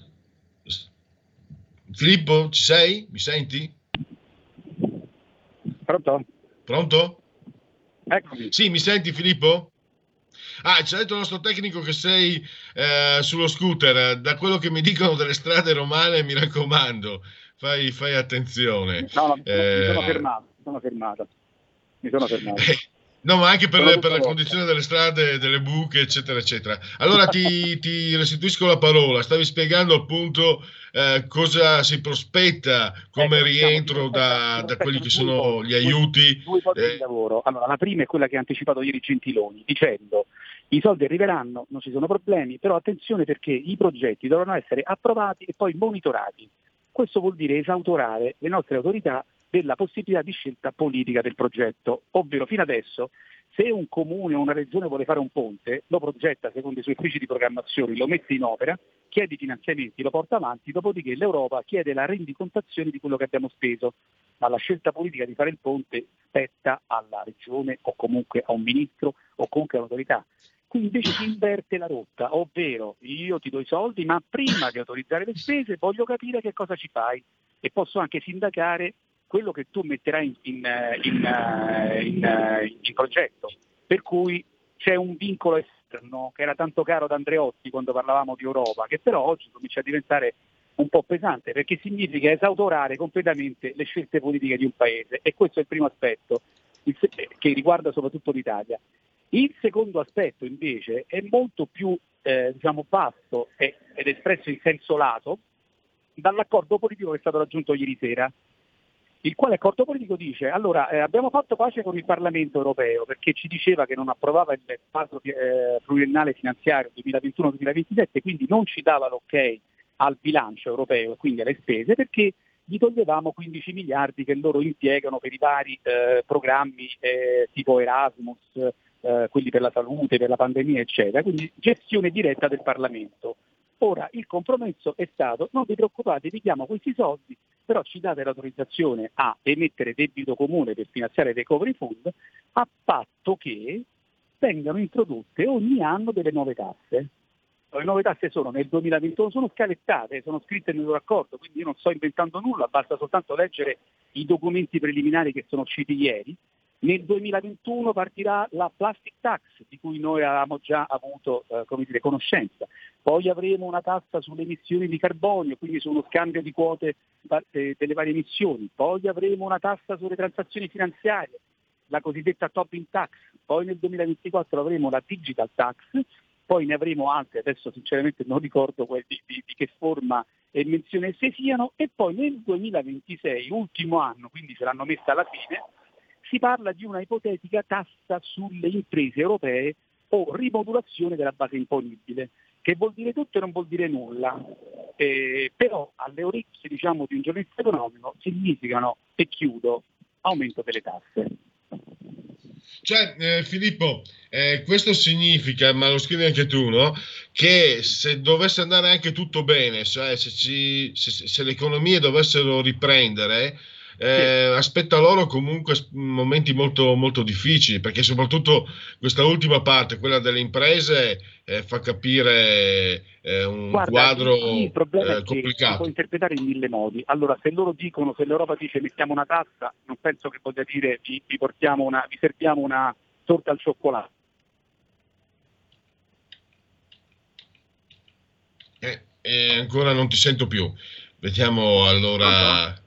Filippo, ci sei? Mi senti? Pronto? Eccomi. Sì, mi senti, Filippo? Ci ha detto il nostro tecnico che sei sullo scooter. Da quello che mi dicono delle strade romane, mi raccomando, fai attenzione. No, mi sono fermato. No, ma anche per la condizione delle strade, delle buche, eccetera, eccetera. Allora ti restituisco la parola. Stavi spiegando appunto cosa si prospetta come rientro da quelli che sono gli aiuti. Due ipotesi di lavoro. Allora, la prima è quella che ha anticipato ieri Gentiloni, dicendo: i soldi arriveranno, non ci sono problemi, però attenzione, perché i progetti dovranno essere approvati e poi monitorati. Questo vuol dire esautorare le nostre autorità della possibilità di scelta politica del progetto, ovvero fino adesso se un comune o una regione vuole fare un ponte, lo progetta secondo i suoi uffici di programmazione, lo mette in opera, chiede i finanziamenti, lo porta avanti, dopodiché l'Europa chiede la rendicontazione di quello che abbiamo speso, ma la scelta politica di fare il ponte spetta alla regione o comunque a un ministro o comunque all'autorità. Qui invece si inverte la rotta, ovvero io ti do i soldi, ma prima di autorizzare le spese voglio capire che cosa ci fai e posso anche sindacare quello che tu metterai in progetto. Per cui c'è un vincolo esterno che era tanto caro ad Andreotti quando parlavamo di Europa, che però oggi comincia a diventare un po' pesante, perché significa esautorare completamente le scelte politiche di un paese, e questo è il primo aspetto che riguarda soprattutto l'Italia. Il secondo aspetto invece è molto più vasto ed espresso in senso lato dall'accordo politico che è stato raggiunto ieri sera, il quale accordo politico dice: allora abbiamo fatto pace con il Parlamento europeo perché ci diceva che non approvava il quadro pluriennale finanziario 2021-2027, quindi non ci dava l'ok al bilancio europeo e quindi alle spese, perché gli toglievamo 15 miliardi che loro impiegano per i vari programmi tipo Erasmus, quelli per la salute, per la pandemia, eccetera, quindi gestione diretta del Parlamento. Ora il compromesso è stato: non vi preoccupate, vi diamo questi soldi, però ci date l'autorizzazione a emettere debito comune per finanziare il recovery fund, a patto che vengano introdotte ogni anno delle nuove tasse. Le nuove tasse sono nel 2021, sono scalettate, sono scritte nel loro accordo, quindi io non sto inventando nulla, basta soltanto leggere i documenti preliminari che sono usciti ieri. Nel 2021 partirà la plastic tax, di cui noi avevamo già avuto conoscenza. Poi avremo una tassa sulle emissioni di carbonio, quindi su uno scambio di quote delle varie emissioni. Poi avremo una tassa sulle transazioni finanziarie, la cosiddetta Tobin tax. Poi nel 2024 avremo la digital tax poi ne avremo altre, adesso sinceramente non ricordo di che forma e menzione se siano, e poi nel 2026, ultimo anno, quindi ce l'hanno messa alla fine, si parla di una ipotetica tassa sulle imprese europee o rimodulazione della base imponibile, che vuol dire tutto e non vuol dire nulla, però alle orecchie, diciamo, di un giornalista economico significano, e chiudo, aumento delle tasse. Cioè, Filippo, questo significa, ma lo scrivi anche tu, no? Che se dovesse andare anche tutto bene, cioè se le economie dovessero riprendere, aspetta loro comunque momenti molto, molto difficili, perché soprattutto questa ultima parte, quella delle imprese, fa capire un quadro il problema è complicato. che si può interpretare in mille modi. Allora, se loro dicono, se l'Europa dice mettiamo una tassa, non penso che voglia dire vi serviamo una torta al cioccolato. Ancora non ti sento più. Vediamo allora.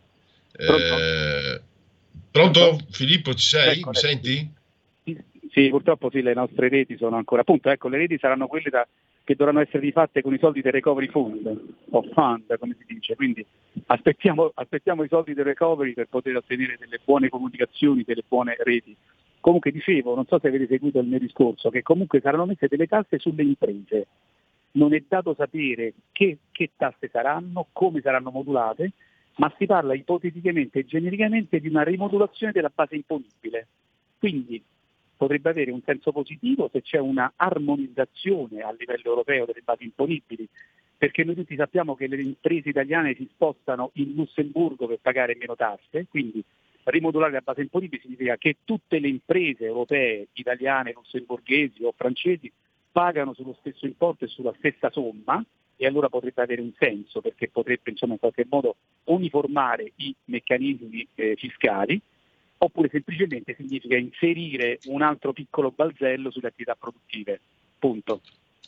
Pronto? Filippo, ci sei? Ecco, mi senti? Sì, purtroppo sì, le nostre reti sono ancora, appunto, ecco, le reti saranno quelle che dovranno essere rifatte con i soldi del recovery fund, o fund, come si dice, quindi aspettiamo i soldi del recovery per poter ottenere delle buone comunicazioni, delle buone reti. Comunque dicevo, non so se avete seguito il mio discorso, che comunque saranno messe delle tasse sulle imprese, non è dato sapere che tasse saranno, come saranno modulate, ma si parla ipoteticamente e genericamente di una rimodulazione della base imponibile. Quindi potrebbe avere un senso positivo se c'è una armonizzazione a livello europeo delle basi imponibili, perché noi tutti sappiamo che le imprese italiane si spostano in Lussemburgo per pagare meno tasse, quindi rimodulare la base imponibile significa che tutte le imprese europee, italiane, lussemburghesi o francesi, pagano sullo stesso importo e sulla stessa somma, e allora potrebbe avere un senso, perché potrebbe, insomma, in qualche modo uniformare i meccanismi fiscali, oppure semplicemente significa inserire un altro piccolo balzello sulle attività produttive. Punto.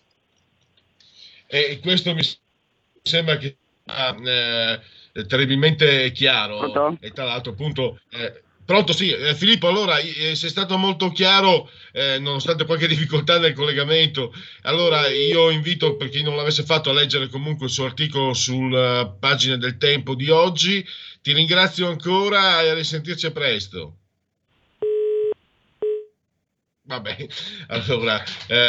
E questo mi sembra che terribilmente chiaro. Pronto? E tra l'altro, appunto, pronto, sì, Filippo, allora sei stato molto chiaro, nonostante qualche difficoltà nel collegamento. Allora io invito, per chi non l'avesse fatto, a leggere comunque il suo articolo sulla pagina del Tempo di oggi. Ti ringrazio ancora e a risentirci presto. Vabbè, allora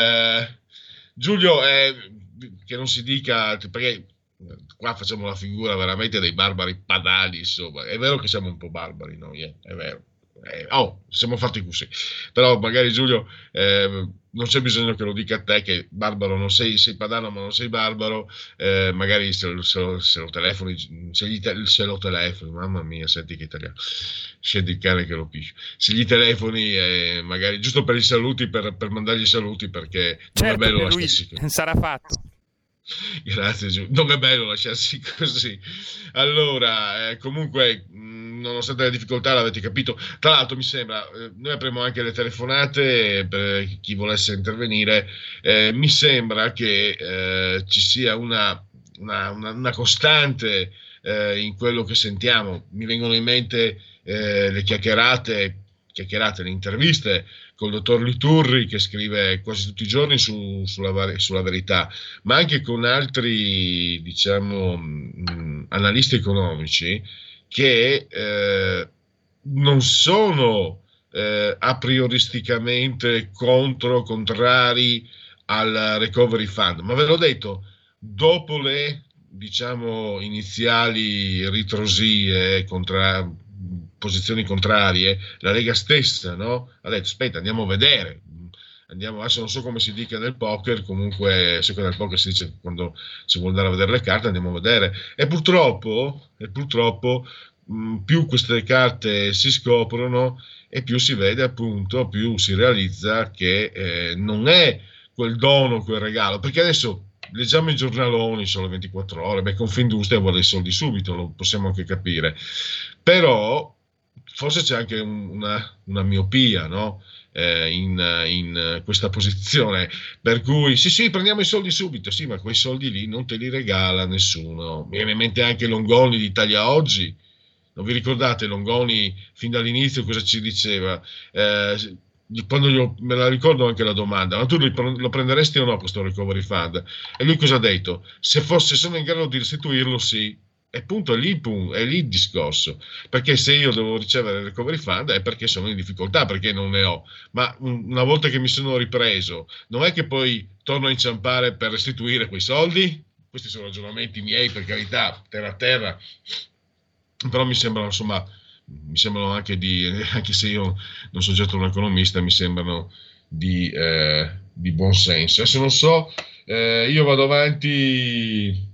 Giulio, che non si dica, perché qua facciamo la figura veramente dei barbari padani, insomma. È vero che siamo un po' barbari noi, è vero. Siamo fatti così. Però magari, Giulio, non c'è bisogno che lo dica a te, che barbaro non sei padano ma non sei barbaro. Magari se lo telefoni, se lo telefoni, mamma mia, senti che italiano, scende il cane che lo piscio. Se gli telefoni, magari giusto per i saluti, per mandargli i saluti, perché non è bello lasciarsi così. Sarà fatto. Grazie Giulio, non è bello lasciarsi così. Allora, comunque, nonostante le difficoltà, l'avete capito. Tra l'altro, mi sembra, noi apriamo anche le telefonate per chi volesse intervenire. Mi sembra che ci sia una costante in quello che sentiamo. Mi vengono in mente le chiacchierate, le interviste col dottor Liturri, che scrive quasi tutti i giorni sulla Verità, ma anche con altri, diciamo, analisti economici che non sono a prioristicamente contrari al recovery fund, ma ve l'ho detto, dopo le, diciamo, iniziali ritrosie, posizioni contrarie, la Lega stessa, no? Ha detto, aspetta, andiamo a vedere, adesso non so come si dica nel poker, comunque so che nel poker si dice quando si vuole andare a vedere le carte, andiamo a vedere, e purtroppo più queste carte si scoprono e più si vede, appunto, più si realizza che non è quel dono, quel regalo, perché adesso leggiamo i giornaloni, sono le 24 ore, Confindustria vuole i soldi subito, lo possiamo anche capire, però forse c'è anche una miopia, no? In questa posizione, per cui sì, prendiamo i soldi subito, sì, ma quei soldi lì non te li regala nessuno. Mi viene in mente anche Longoni di Italia Oggi. Non vi ricordate Longoni fin dall'inizio cosa ci diceva? me la ricordo anche la domanda, ma tu lo prenderesti o no questo recovery fund? E lui cosa ha detto? Se sono in grado di restituirlo, sì. E appunto è lì il discorso, perché se io devo ricevere il recovery fund è perché sono in difficoltà, perché non ne ho, ma una volta che mi sono ripreso non è che poi torno a inciampare per restituire quei soldi. Questi sono ragionamenti miei, per carità, terra a terra, però mi sembrano anche anche se io non sono certo un economista, mi sembrano di buon senso. Adesso non so, io vado avanti.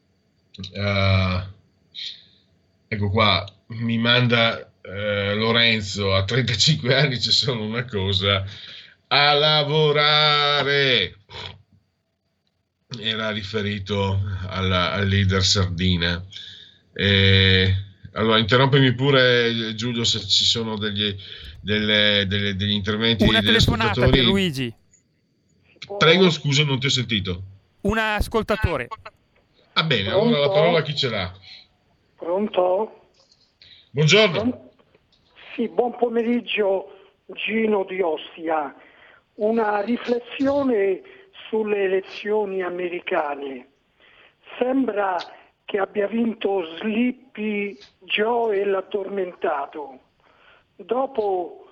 Ecco qua, mi manda Lorenzo, a 35 anni c'è solo una cosa, a lavorare. Era riferito al leader Sardina. Allora, interrompimi pure, Giulio, se ci sono degli interventi. Una degli telefonata ascoltatori. per Luigi. Prego, scusa, non ti ho sentito. Un ascoltatore. Va bene, Pronto? allora la parola a chi ce l'ha? Pronto? Buongiorno. Sì, buon pomeriggio, Gino di Ostia. Una riflessione sulle elezioni americane. Sembra che abbia vinto Sleepy Joe l'addormentato. Dopo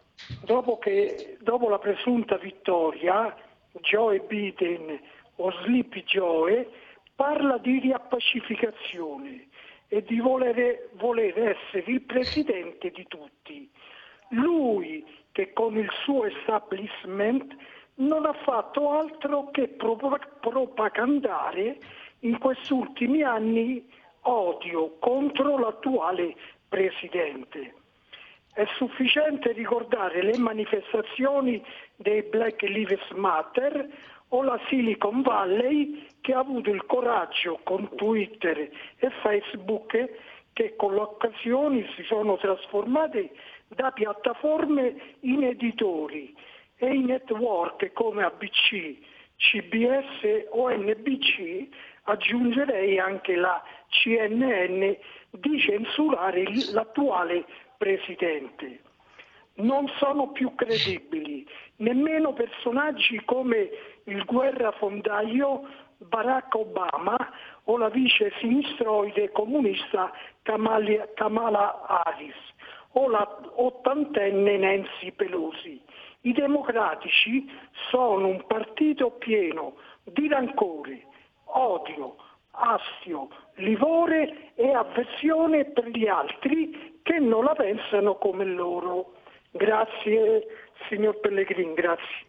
la presunta vittoria, Joe Biden o Sleepy Joe parla di riappacificazione e di voler essere il presidente di tutti. Lui che con il suo establishment non ha fatto altro che propagandare in questi ultimi anni odio contro l'attuale presidente. È sufficiente ricordare le manifestazioni dei Black Lives Matter o la Silicon Valley, che ha avuto il coraggio con Twitter e Facebook, che con l'occasione si sono trasformate da piattaforme in editori e in network come ABC, CBS o NBC, aggiungerei anche la CNN, di censurare l'attuale presidente. Non sono più credibili nemmeno personaggi come il guerrafondaio Barack Obama o la vice sinistroide comunista Kamala Harris o la ottantenne Nancy Pelosi. I democratici sono un partito pieno di rancore, odio, astio, livore e avversione per gli altri che non la pensano come loro. Grazie signor Pellegrini, grazie.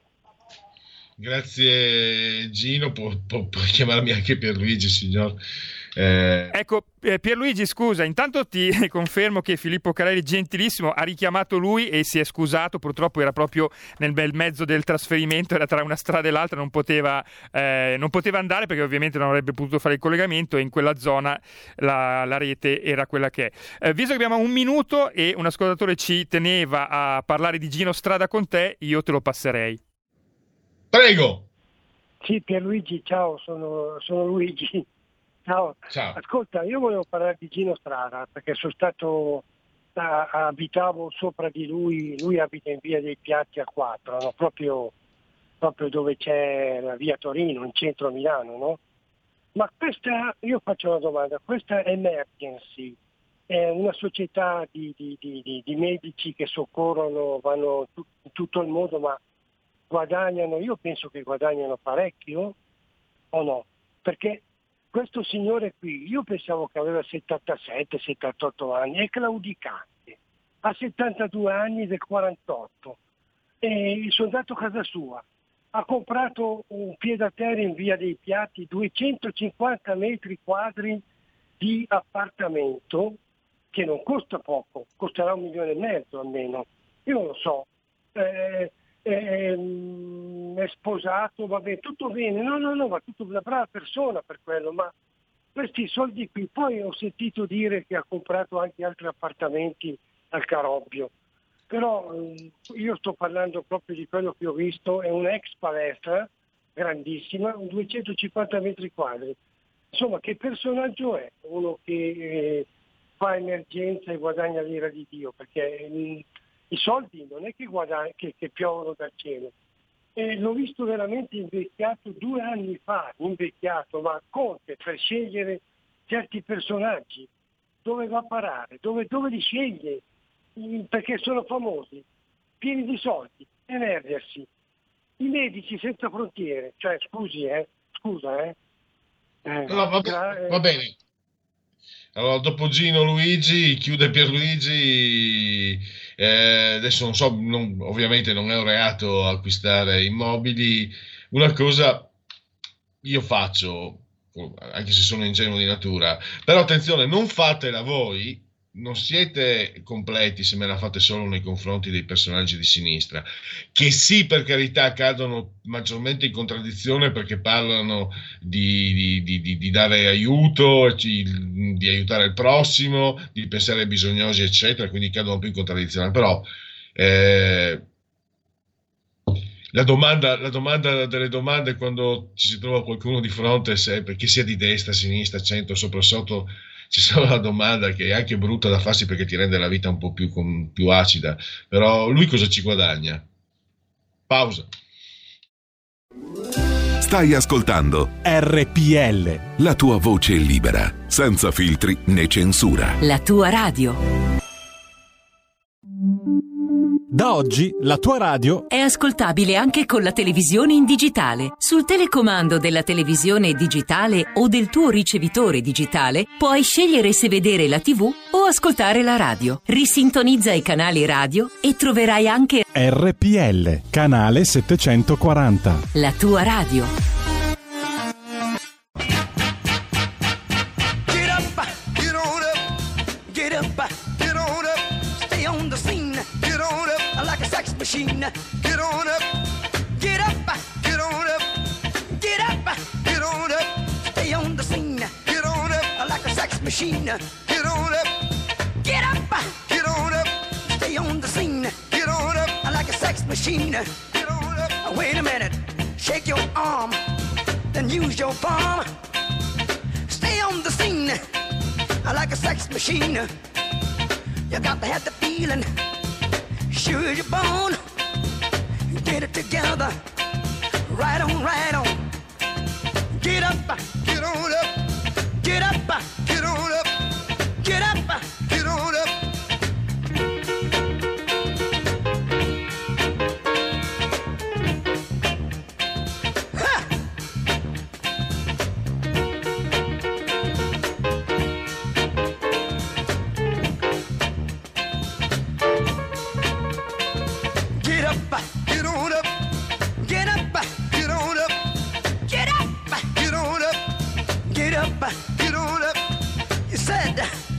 Grazie Gino, puoi chiamarmi anche Pierluigi, signor. Ecco, Pierluigi, scusa, intanto ti confermo che Filippo Carelli, gentilissimo, ha richiamato lui e si è scusato, purtroppo era proprio nel bel mezzo del trasferimento, era tra una strada e l'altra, non poteva andare perché ovviamente non avrebbe potuto fare il collegamento e in quella zona la rete era quella che è. Visto che abbiamo un minuto e un ascoltatore ci teneva a parlare di Gino Strada con te, io te lo passerei. Prego. Sì, Pierluigi, ciao, sono Luigi. Ciao. Ascolta, io volevo parlare di Gino Strada perché abitavo sopra di lui abita in via dei Piatti a 4, no? proprio dove c'è la via Torino, in centro a Milano, no? Ma io faccio una domanda, questa Emergency è una società di medici che soccorrono, vanno in tutto il mondo, ma guadagnano, io penso che guadagnano parecchio o no? Perché questo signore qui, io pensavo che aveva 77-78 anni, è claudicante, ha 72 anni del 48 e sono andato a casa sua, ha comprato un pied-à-terre in via dei Piatti, 250 metri quadri di appartamento che non costa poco, costerà 1,5 milioni almeno, io non lo so. È sposato, va bene, tutto bene, no, ma tutto una brava persona per quello, ma questi soldi qui, poi ho sentito dire che ha comprato anche altri appartamenti al Carobbio, però io sto parlando proprio di quello che ho visto, è un'ex palestra grandissima, 250 metri quadri, insomma che personaggio è? Uno che fa emergenza e guadagna l'ira di Dio, perché I soldi non è che piovono dal cielo. E l'ho visto veramente invecchiato 2 anni fa, ma Conte per scegliere certi personaggi, dove va a parare, dove li sceglie, perché sono famosi, pieni di soldi, emergersi. I medici senza frontiere, cioè scusa. No, va bene. Allora, dopo Gino Luigi, chiude Pierluigi. Adesso non so, ovviamente non è un reato acquistare immobili. Una cosa io faccio, anche se sono ingenuo di natura, però attenzione, non fatela voi, non siete completi se me la fate solo nei confronti dei personaggi di sinistra, che sì, per carità, cadono maggiormente in contraddizione perché parlano di dare aiuto, di aiutare il prossimo, di pensare ai bisognosi, eccetera, quindi cadono più in contraddizione. Però la domanda delle domande, quando ci si trova qualcuno di fronte, è sempre, che sia di destra, sinistra, centro, sopra, sotto, ci sono la domanda che è anche brutta da farsi perché ti rende la vita un po' più acida. Però lui cosa ci guadagna? Pausa. Stai ascoltando RPL, la tua voce libera, senza filtri né censura. la tua radio. Da oggi la tua radio è ascoltabile anche con la televisione in digitale. Sul telecomando della televisione digitale o del tuo ricevitore digitale puoi scegliere se vedere la TV o ascoltare la radio. Risintonizza i canali radio e troverai anche RPL, canale 740. La tua radio. Get up, get on up, get up, get on up, stay on the scene, get on up. Like a sex machine, get on up, get up, get on up, get up, get on up, stay on the scene, get on up, like a sex machine, get on up, get up, get on up, stay on the scene, get on up, like a sex machine, get on up. Wait a minute, shake your arm, then use your palm, stay on the scene, like a sex machine, you got to have the feeling. Sure you're born, get it together, right on, right on. Get up, get on up, get up, get on up, get up, get on up. Ha! Get up, get on up, get up, get on up, get up, get on up, get up, get on up. You said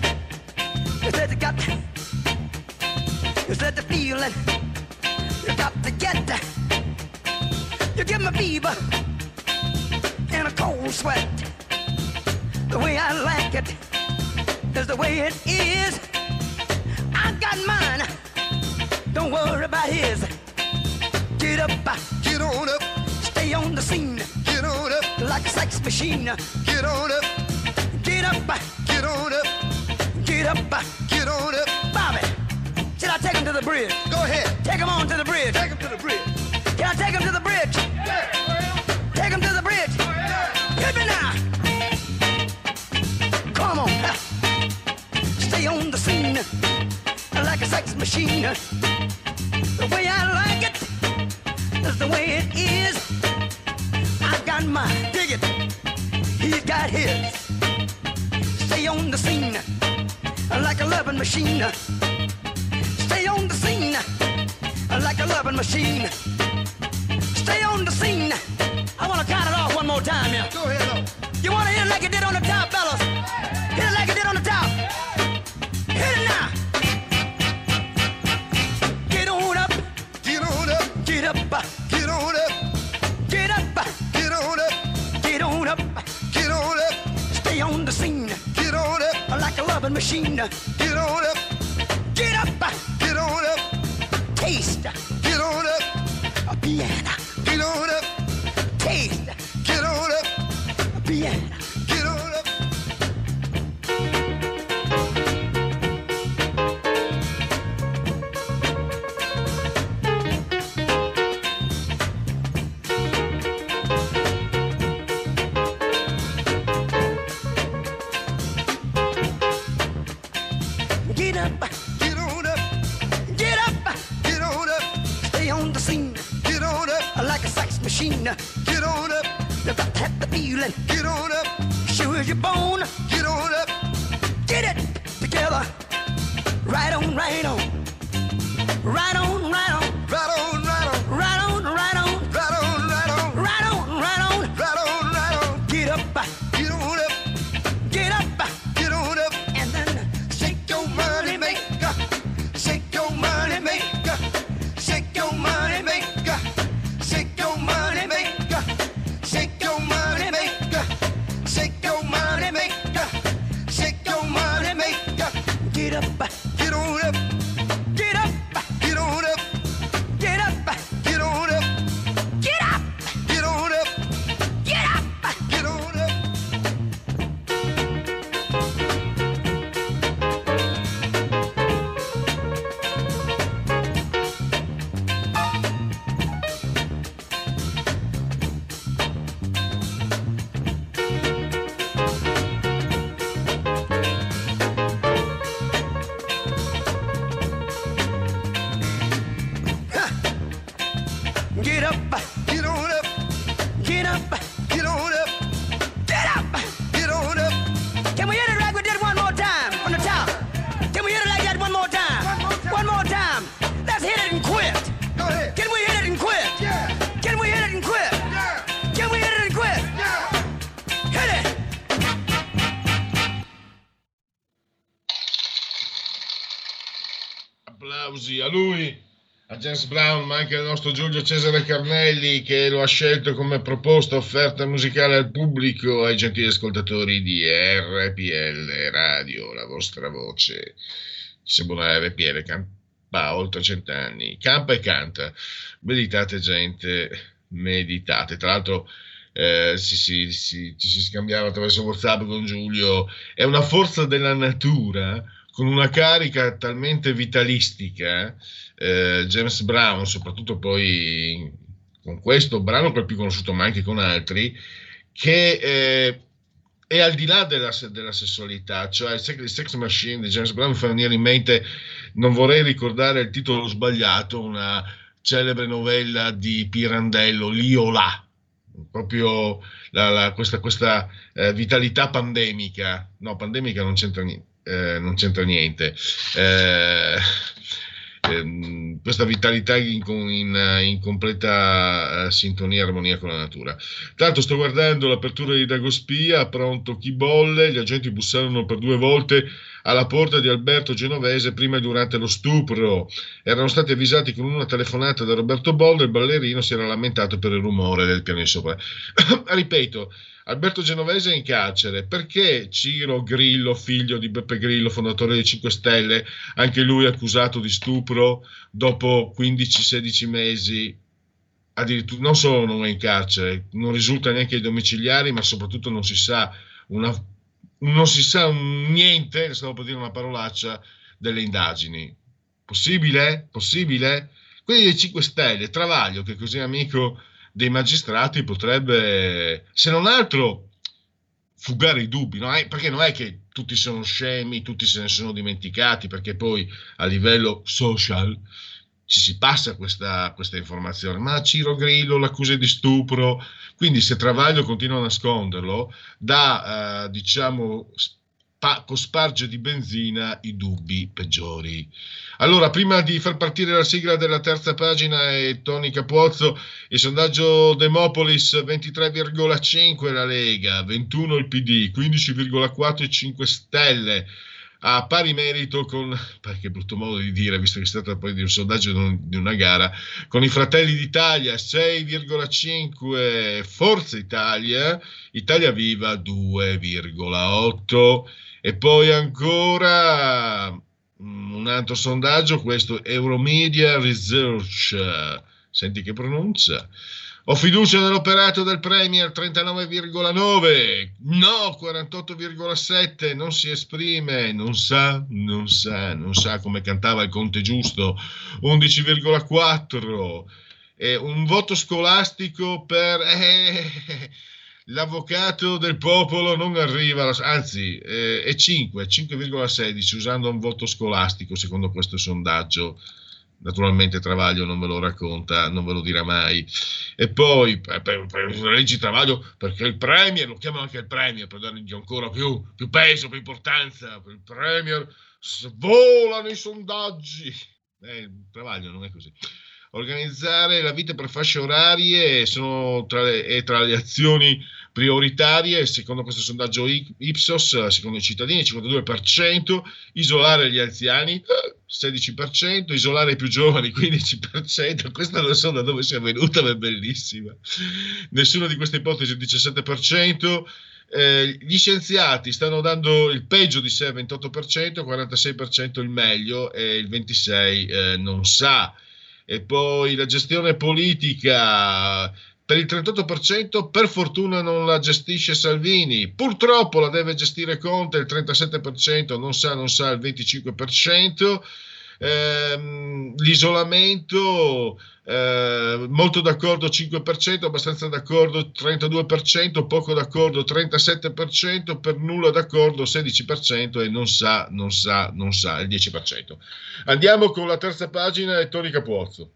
you said the feeling, you got to get, you give me fever and a cold sweat. The way I like it is the way it is. I got mine. Don't worry about his. Get up, get on up, stay on the scene. Get on up, like a sex machine. Get on up, get up, get on up, get up, get on up. Bobby, should I take him to the bridge? Go ahead, take him on to the bridge. Take him to the bridge. Can I take him to the bridge? Yeah. Take him to the bridge. Yeah. Hit me now. Come on, stay on the scene like a sex machine. The way I like it is the way it is. I got mine, dig it. He's got his. Stay on the scene like a loving machine. Stay on the scene like a loving machine. Stay on the scene. I want to count it off one more time here. Go ahead. You want to hit it like it did on the top, fellas? Hit it like it did on the top. Hit it now. Get on up. Get on up. Get up. Get on up. Get up. Get on up. Get on up. Get on up. Stay on the scene. Get on up. Like a loving machine. Get on up. Get up. Get on up. Taste. Get on up. A piano. Get on up. Taste. Get on up. A piano. Get on up. Get up, get on up, get up, get on up. Stay on the scene, get on up like a sex machine. Get on up, you got to have the feeling. Get on up, sure as you're born. Get on up, get it together. Right on, right on, right on, right on, right on, right on, right on, right on, right on, right on, right on, right on, right on, right on. Get up, get on up, get up, get on up, and then shake your money maker, shake your money maker, shake your money maker, shake your money maker, shake your money maker, shake your money maker, shake your money maker. Get up, get on up, get up, get on up, get up, get on up, get up, get on up, get up, get on up. Get up, get on up, get up, get on up, get up, get on up. Can we hit it like we did one more time from the top? Can we hit it like that one more time? One more time. Let's hit it and quit. Go ahead. Can we hit it and quit? Yeah. Can we hit it and quit? Yeah. Can we hit it and quit? Yeah. Hit it. Applausi a lui, a James Brown, ma anche al nostro Giulio Cesare Carnelli, che lo ha scelto come proposta offerta musicale al pubblico, ai gentili ascoltatori di RPL Radio, la vostra voce. Ci sembra RPL, campa oltre 100 anni, campa e canta. Meditate gente, meditate. Tra l'altro ci si scambiava attraverso WhatsApp con Giulio. È una forza della natura con una carica talmente vitalistica. James Brown, soprattutto poi con questo brano, quel più conosciuto, ma anche con altri, che è al di là della sessualità, cioè il Sex Machine di James Brown mi fa venire in mente, non vorrei ricordare il titolo sbagliato, una celebre novella di Pirandello, Liola, proprio questa vitalità pandemica. No, pandemica non c'entra niente. Questa vitalità in completa sintonia e armonia con la natura. Tanto sto guardando l'apertura di Dagospia, pronto chi bolle, gli agenti bussarono per 2 volte alla porta di Alberto Genovese prima e durante lo stupro. Erano stati avvisati con una telefonata da Roberto Bolle, il ballerino si era lamentato per il rumore del piano di sopra. Ripeto, Alberto Genovese è in carcere perché Ciro Grillo, figlio di Beppe Grillo, fondatore dei 5 Stelle, anche lui accusato di stupro, dopo 15-16 mesi, addirittura non solo non è in carcere, non risulta neanche ai domiciliari, ma soprattutto non si sa niente, stavo per dire una parolaccia, delle indagini. Possibile? Possibile? Quelli dei 5 Stelle, Travaglio, che è così amico dei magistrati, potrebbe, se non altro, fugare i dubbi, no? Perché non è che tutti sono scemi, tutti se ne sono dimenticati, perché poi a livello social ci si passa questa informazione, ma Ciro Grillo l'accusa di stupro, quindi se Travaglio continua a nasconderlo, cosparge di benzina i dubbi peggiori. Allora, prima di far partire la sigla della terza pagina e Tony Capozzo, il sondaggio Demopolis 23,5 la Lega, 21 il PD, 15,4 i 5 Stelle, a pari merito con, che brutto modo di dire, visto che si tratta poi di un sondaggio di una gara, con i Fratelli d'Italia 6,5, Forza Italia, Italia Viva 2,8, e poi ancora un altro sondaggio, questo Euromedia Research, senti che pronuncia. Ho fiducia nell'operato del Premier, 39,9, no 48,7, non si esprime, non sa come cantava il Conte Giusto, 11,4, un voto scolastico per l'avvocato del popolo non arriva, anzi è 5,16 usando un voto scolastico secondo questo sondaggio. Naturalmente Travaglio non ve lo racconta, non ve lo dirà mai. E poi per leggi Travaglio, perché il Premier, lo chiamano anche il Premier per dargli ancora più peso, più importanza, per il Premier volano i sondaggi. Travaglio non è così. Organizzare la vita per fasce orarie sono tra le azioni prioritarie, secondo questo sondaggio Ipsos, secondo i cittadini 52%, isolare gli anziani 16%, isolare i più giovani 15%, questa non so da dove sia venuta, ma è bellissima. Nessuna di queste ipotesi 17%. Gli scienziati stanno dando il peggio di sé 28%, 46% il meglio e il 26% non sa. E poi la gestione politica per il 38%, per fortuna non la gestisce Salvini, purtroppo la deve gestire Conte, il 37%, non sa il 25%. L'isolamento, molto d'accordo 5%, abbastanza d'accordo 32%, poco d'accordo 37%, per nulla d'accordo 16% e non sa il 10%. Andiamo con la terza pagina e Toni Capozzo.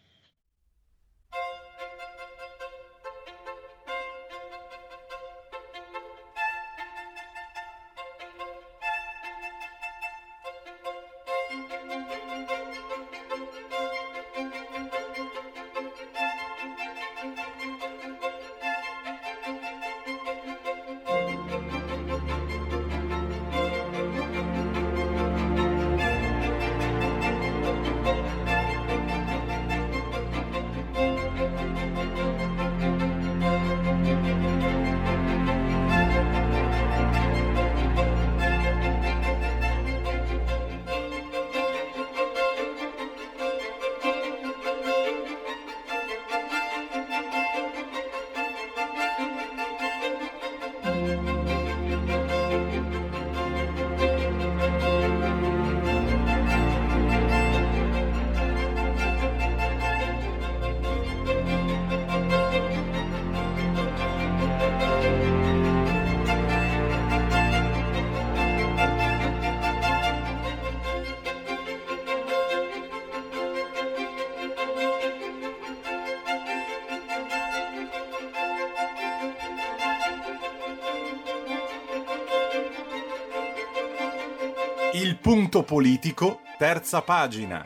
Il punto politico, terza pagina.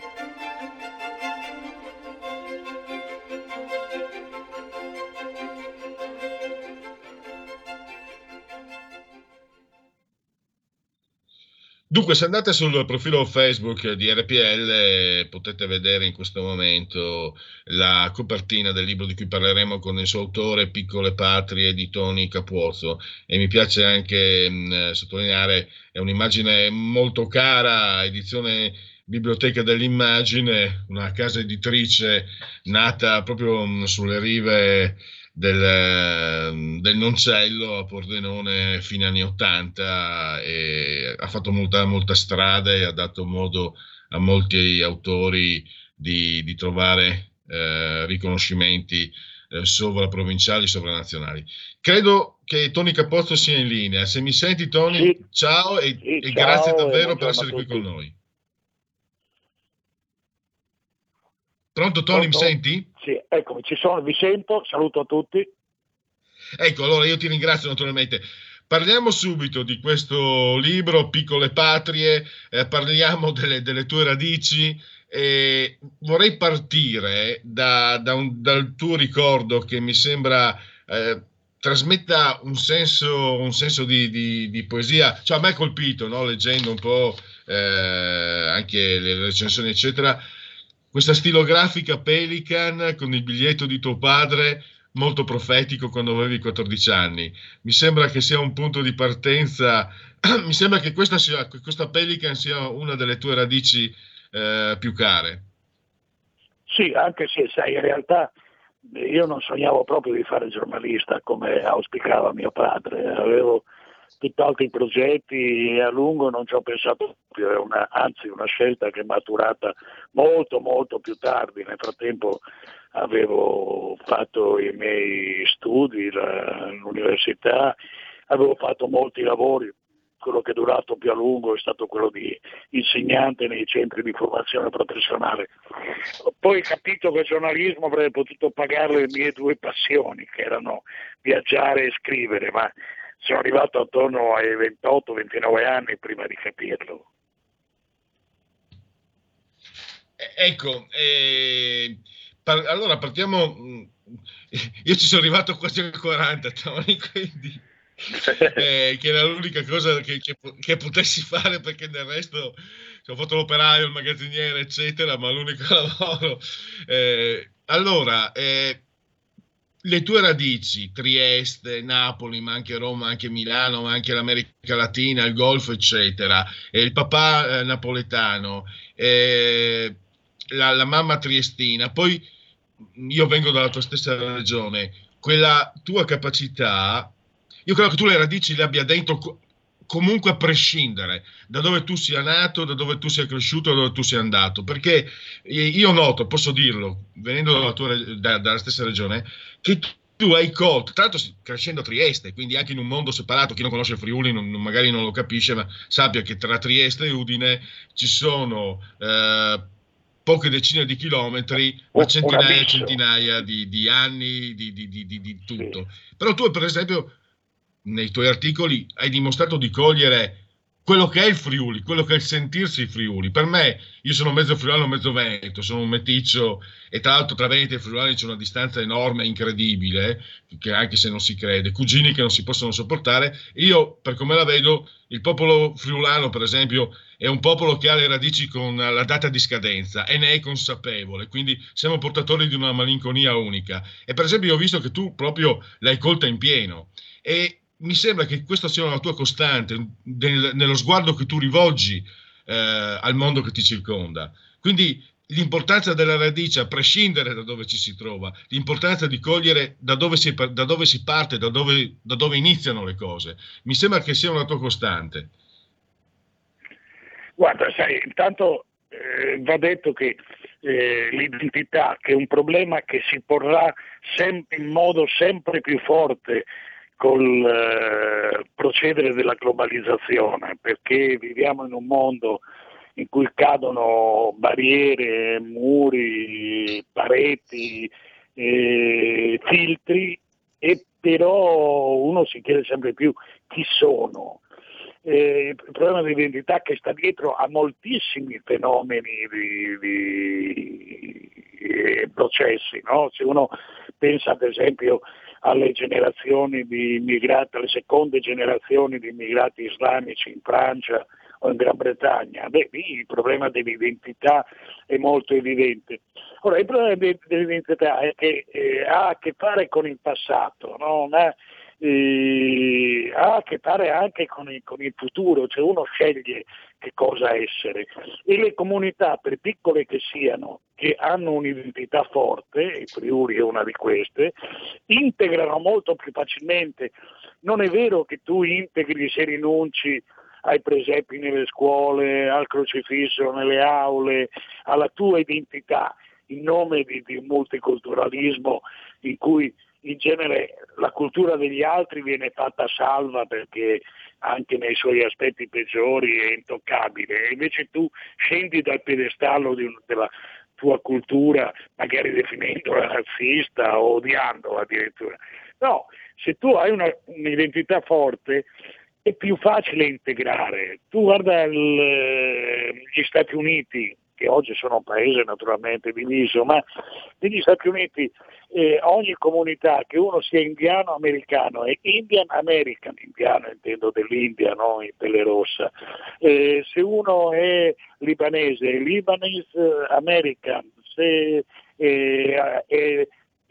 Dunque, se andate sul profilo Facebook di RPL potete vedere in questo momento la copertina del libro di cui parleremo con il suo autore, Piccole Patrie di Toni Capozzo, e mi piace anche sottolineare, è un'immagine molto cara, edizione Biblioteca dell'Immagine, una casa editrice nata proprio sulle rive del Noncello a Pordenone fine anni 80, e ha fatto molta strada e ha dato modo a molti autori di trovare riconoscimenti sovraprovinciali, sovranazionali. Credo che Toni Capozzo sia in linea. Se mi senti, Toni, sì. Ciao e ciao, grazie davvero per essere qui con noi. Pronto Toni, mi senti? Sì, eccomi, ci sono, vi sento, saluto a tutti. Ecco, allora io ti ringrazio naturalmente. Parliamo subito di questo libro, Piccole Patrie, parliamo delle tue radici. Vorrei partire dal tuo ricordo che mi sembra trasmetta un senso di poesia. Cioè, a me ha colpito, no? Leggendo un po' anche le recensioni eccetera, questa stilografica Pelican con il biglietto di tuo padre, molto profetico quando avevi 14 anni. Mi sembra che sia un punto di partenza, mi sembra che questa Pelican sia una delle tue radici più care. Sì, anche se sai, in realtà io non sognavo proprio di fare giornalista come auspicava mio padre, avevo tutt'altri progetti e a lungo non ci ho pensato più, è anzi una scelta che è maturata molto più tardi. Nel frattempo avevo fatto i miei studi all'università, avevo fatto molti lavori. Quello che è durato più a lungo è stato quello di insegnante nei centri di formazione professionale. Poi capito che il giornalismo avrei potuto pagare le mie due passioni, che erano viaggiare e scrivere, ma sono arrivato attorno ai 28-29 anni prima di capirlo. Ecco, allora partiamo. Io ci sono arrivato quasi a 40, Tony, quindi che era l'unica cosa che potessi fare, perché del resto ho fatto l'operaio, il magazziniere, eccetera, ma l'unico lavoro. Allora, le tue radici, Trieste, Napoli, ma anche Roma, anche Milano, ma anche l'America Latina, il Golfo, eccetera, e il papà napoletano, la mamma triestina, poi io vengo dalla tua stessa regione, quella tua capacità, io credo che tu le radici le abbia dentro comunque a prescindere da dove tu sia nato, da dove tu sia cresciuto, da dove tu sia andato, perché io noto, posso dirlo, venendo dalla stessa regione, che tu hai colto, tra l'altro crescendo a Trieste, quindi anche in un mondo separato, chi non conosce il Friuli magari non lo capisce, ma sappia che tra Trieste e Udine ci sono poche decine di chilometri, ma centinaia e centinaia di anni di tutto. Però tu, per esempio, nei tuoi articoli hai dimostrato di cogliere quello che è il Friuli, quello che è il sentirsi Friuli. Per me, io sono mezzo friulano, mezzo veneto, sono un meticcio, e tra l'altro tra Veneti e Friulani c'è una distanza enorme, incredibile, che anche se non si crede, cugini che non si possono sopportare. Io, per come la vedo, il popolo friulano, per esempio, è un popolo che ha le radici con la data di scadenza e ne è consapevole, quindi siamo portatori di una malinconia unica. E per esempio io ho visto che tu proprio l'hai colta in pieno, e mi sembra che questa sia una tua costante nello sguardo che tu rivolgi al mondo che ti circonda. Quindi l'importanza della radice, a prescindere da dove ci si trova, l'importanza di cogliere da dove si parte, da dove iniziano le cose. Mi sembra che sia una tua costante. Guarda, sai, intanto va detto che l'identità, che è un problema che si porrà in modo sempre più forte col procedere della globalizzazione, perché viviamo in un mondo in cui cadono barriere, muri, pareti, filtri, e però uno si chiede sempre più chi sono. Il problema dell'identità che sta dietro a moltissimi fenomeni di processi, no? Se uno pensa ad esempio alle generazioni di immigrati, alle seconde generazioni di immigrati islamici in Francia o in Gran Bretagna, lì il problema dell'identità è molto evidente. Ora, il problema dell'identità è che ha a che fare con il passato, no? Ha a che fare anche con il futuro, cioè uno sceglie che cosa essere, e le comunità, per piccole che siano, che hanno un'identità forte, il Friuli è una di queste, integrano molto più facilmente. Non è vero che tu integri se rinunci ai presepi nelle scuole, al crocifisso nelle aule, alla tua identità, in nome di un multiculturalismo in cui in genere la cultura degli altri viene fatta salva perché anche nei suoi aspetti peggiori è intoccabile, e invece tu scendi dal piedistallo della tua cultura, magari definendola razzista o odiandola addirittura. No, se tu hai un'identità forte è più facile integrare. Tu guarda gli Stati Uniti, che oggi sono un paese naturalmente diviso, ma negli Stati Uniti ogni comunità, che uno sia indiano o americano, è Indian American, indiano intendo dell'India, no? In pelle rossa. Se uno è libanese, è Lebanese American, se è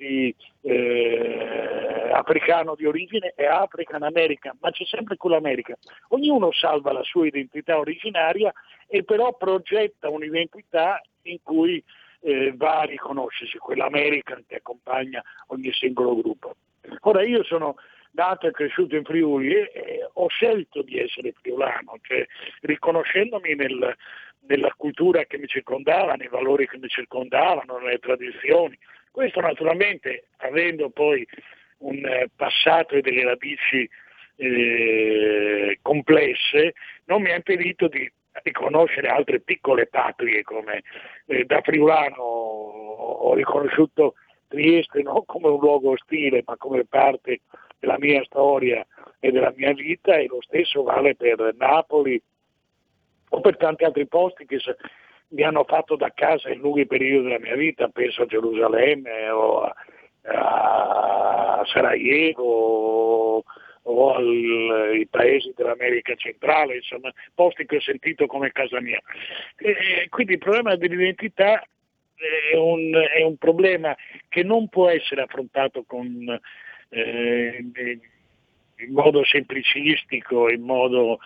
africano di origine è African American, ma c'è sempre quell'America. Ognuno salva la sua identità originaria e però progetta un'identità in cui va a riconoscersi quell'American che accompagna ogni singolo gruppo. Ora, io sono nato e cresciuto in Friuli e ho scelto di essere friulano, cioè riconoscendomi nella cultura che mi circondava, nei valori che mi circondavano, nelle tradizioni. Questo naturalmente, avendo poi un passato e delle radici complesse, non mi ha impedito di riconoscere altre piccole patrie, come da friulano ho riconosciuto Trieste non come un luogo ostile, ma come parte della mia storia e della mia vita, e lo stesso vale per Napoli o per tanti altri posti che mi hanno fatto da casa in lunghi periodi della mia vita. Penso a Gerusalemme o a Sarajevo o ai paesi dell'America centrale, insomma posti che ho sentito come casa mia. Quindi il problema dell'identità è un problema che non può essere affrontato in modo semplicistico, in modo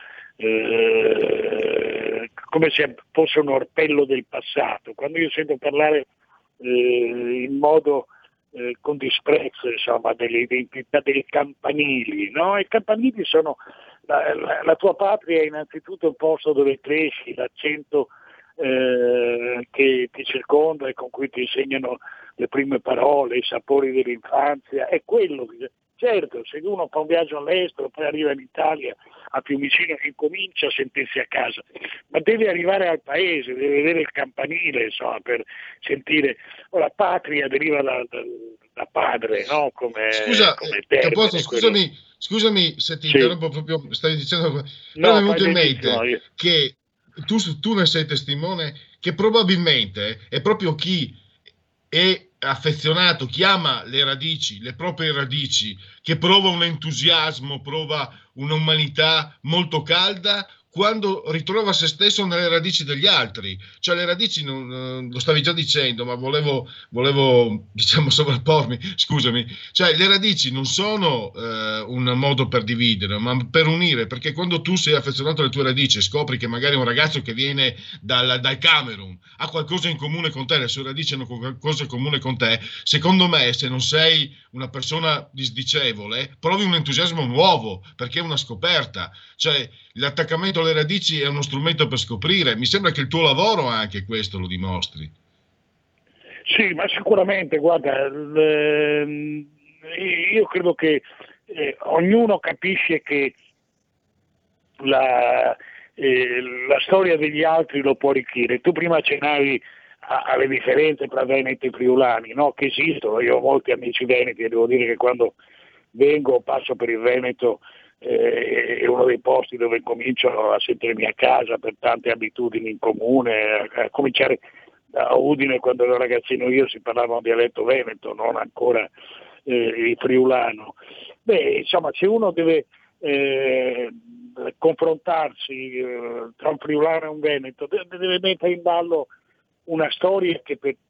come se fosse un orpello del passato. Quando io sento parlare in modo con disprezzo, insomma, dell'identità dei campanili, no? I campanili sono la tua patria è innanzitutto il posto dove cresci, l'accento che ti circonda e con cui ti insegnano le prime parole, i sapori dell'infanzia, è quello. Certo, se uno fa un viaggio all'estero, poi arriva in Italia, a Fiumicino, che comincia a sentirsi a casa, ma deve arrivare al paese, deve vedere il campanile, insomma, per sentire. La patria deriva da padre, no? Come termine. Capozzo, scusami se ti interrompo, proprio stavi dicendo, però mi è venuto in mente che tu ne sei testimone, che probabilmente è proprio chi è affezionato, chi ama le radici, le proprie radici, che prova un entusiasmo, prova un'umanità molto calda quando ritrova se stesso nelle radici degli altri. Cioè le radici, lo stavi già dicendo, ma volevo diciamo sovrappormi, scusami, cioè le radici non sono un modo per dividere, ma per unire, perché quando tu sei affezionato alle tue radici e scopri che magari un ragazzo che viene dal Camerun ha qualcosa in comune con te, le sue radici hanno qualcosa in comune con te, secondo me, se non sei una persona disdicevole, provi un entusiasmo nuovo, perché è una scoperta. Cioè l'attaccamento alle radici è uno strumento per scoprire. Mi sembra che il tuo lavoro anche questo lo dimostri. Sì, ma sicuramente, guarda, io credo che ognuno capisce che la storia degli altri lo può arricchire. Tu prima accennavi alle differenze tra veneti e friulani, no? Che esistono. Io ho molti amici veneti e devo dire che quando passo per il Veneto, è uno dei posti dove comincio a sentirmi a casa per tante abitudini in comune, a cominciare da Udine. Quando ero ragazzino io si parlava un dialetto veneto, non ancora il friulano. Insomma, se uno deve confrontarsi tra un friulano e un veneto, deve mettere in ballo una storia che per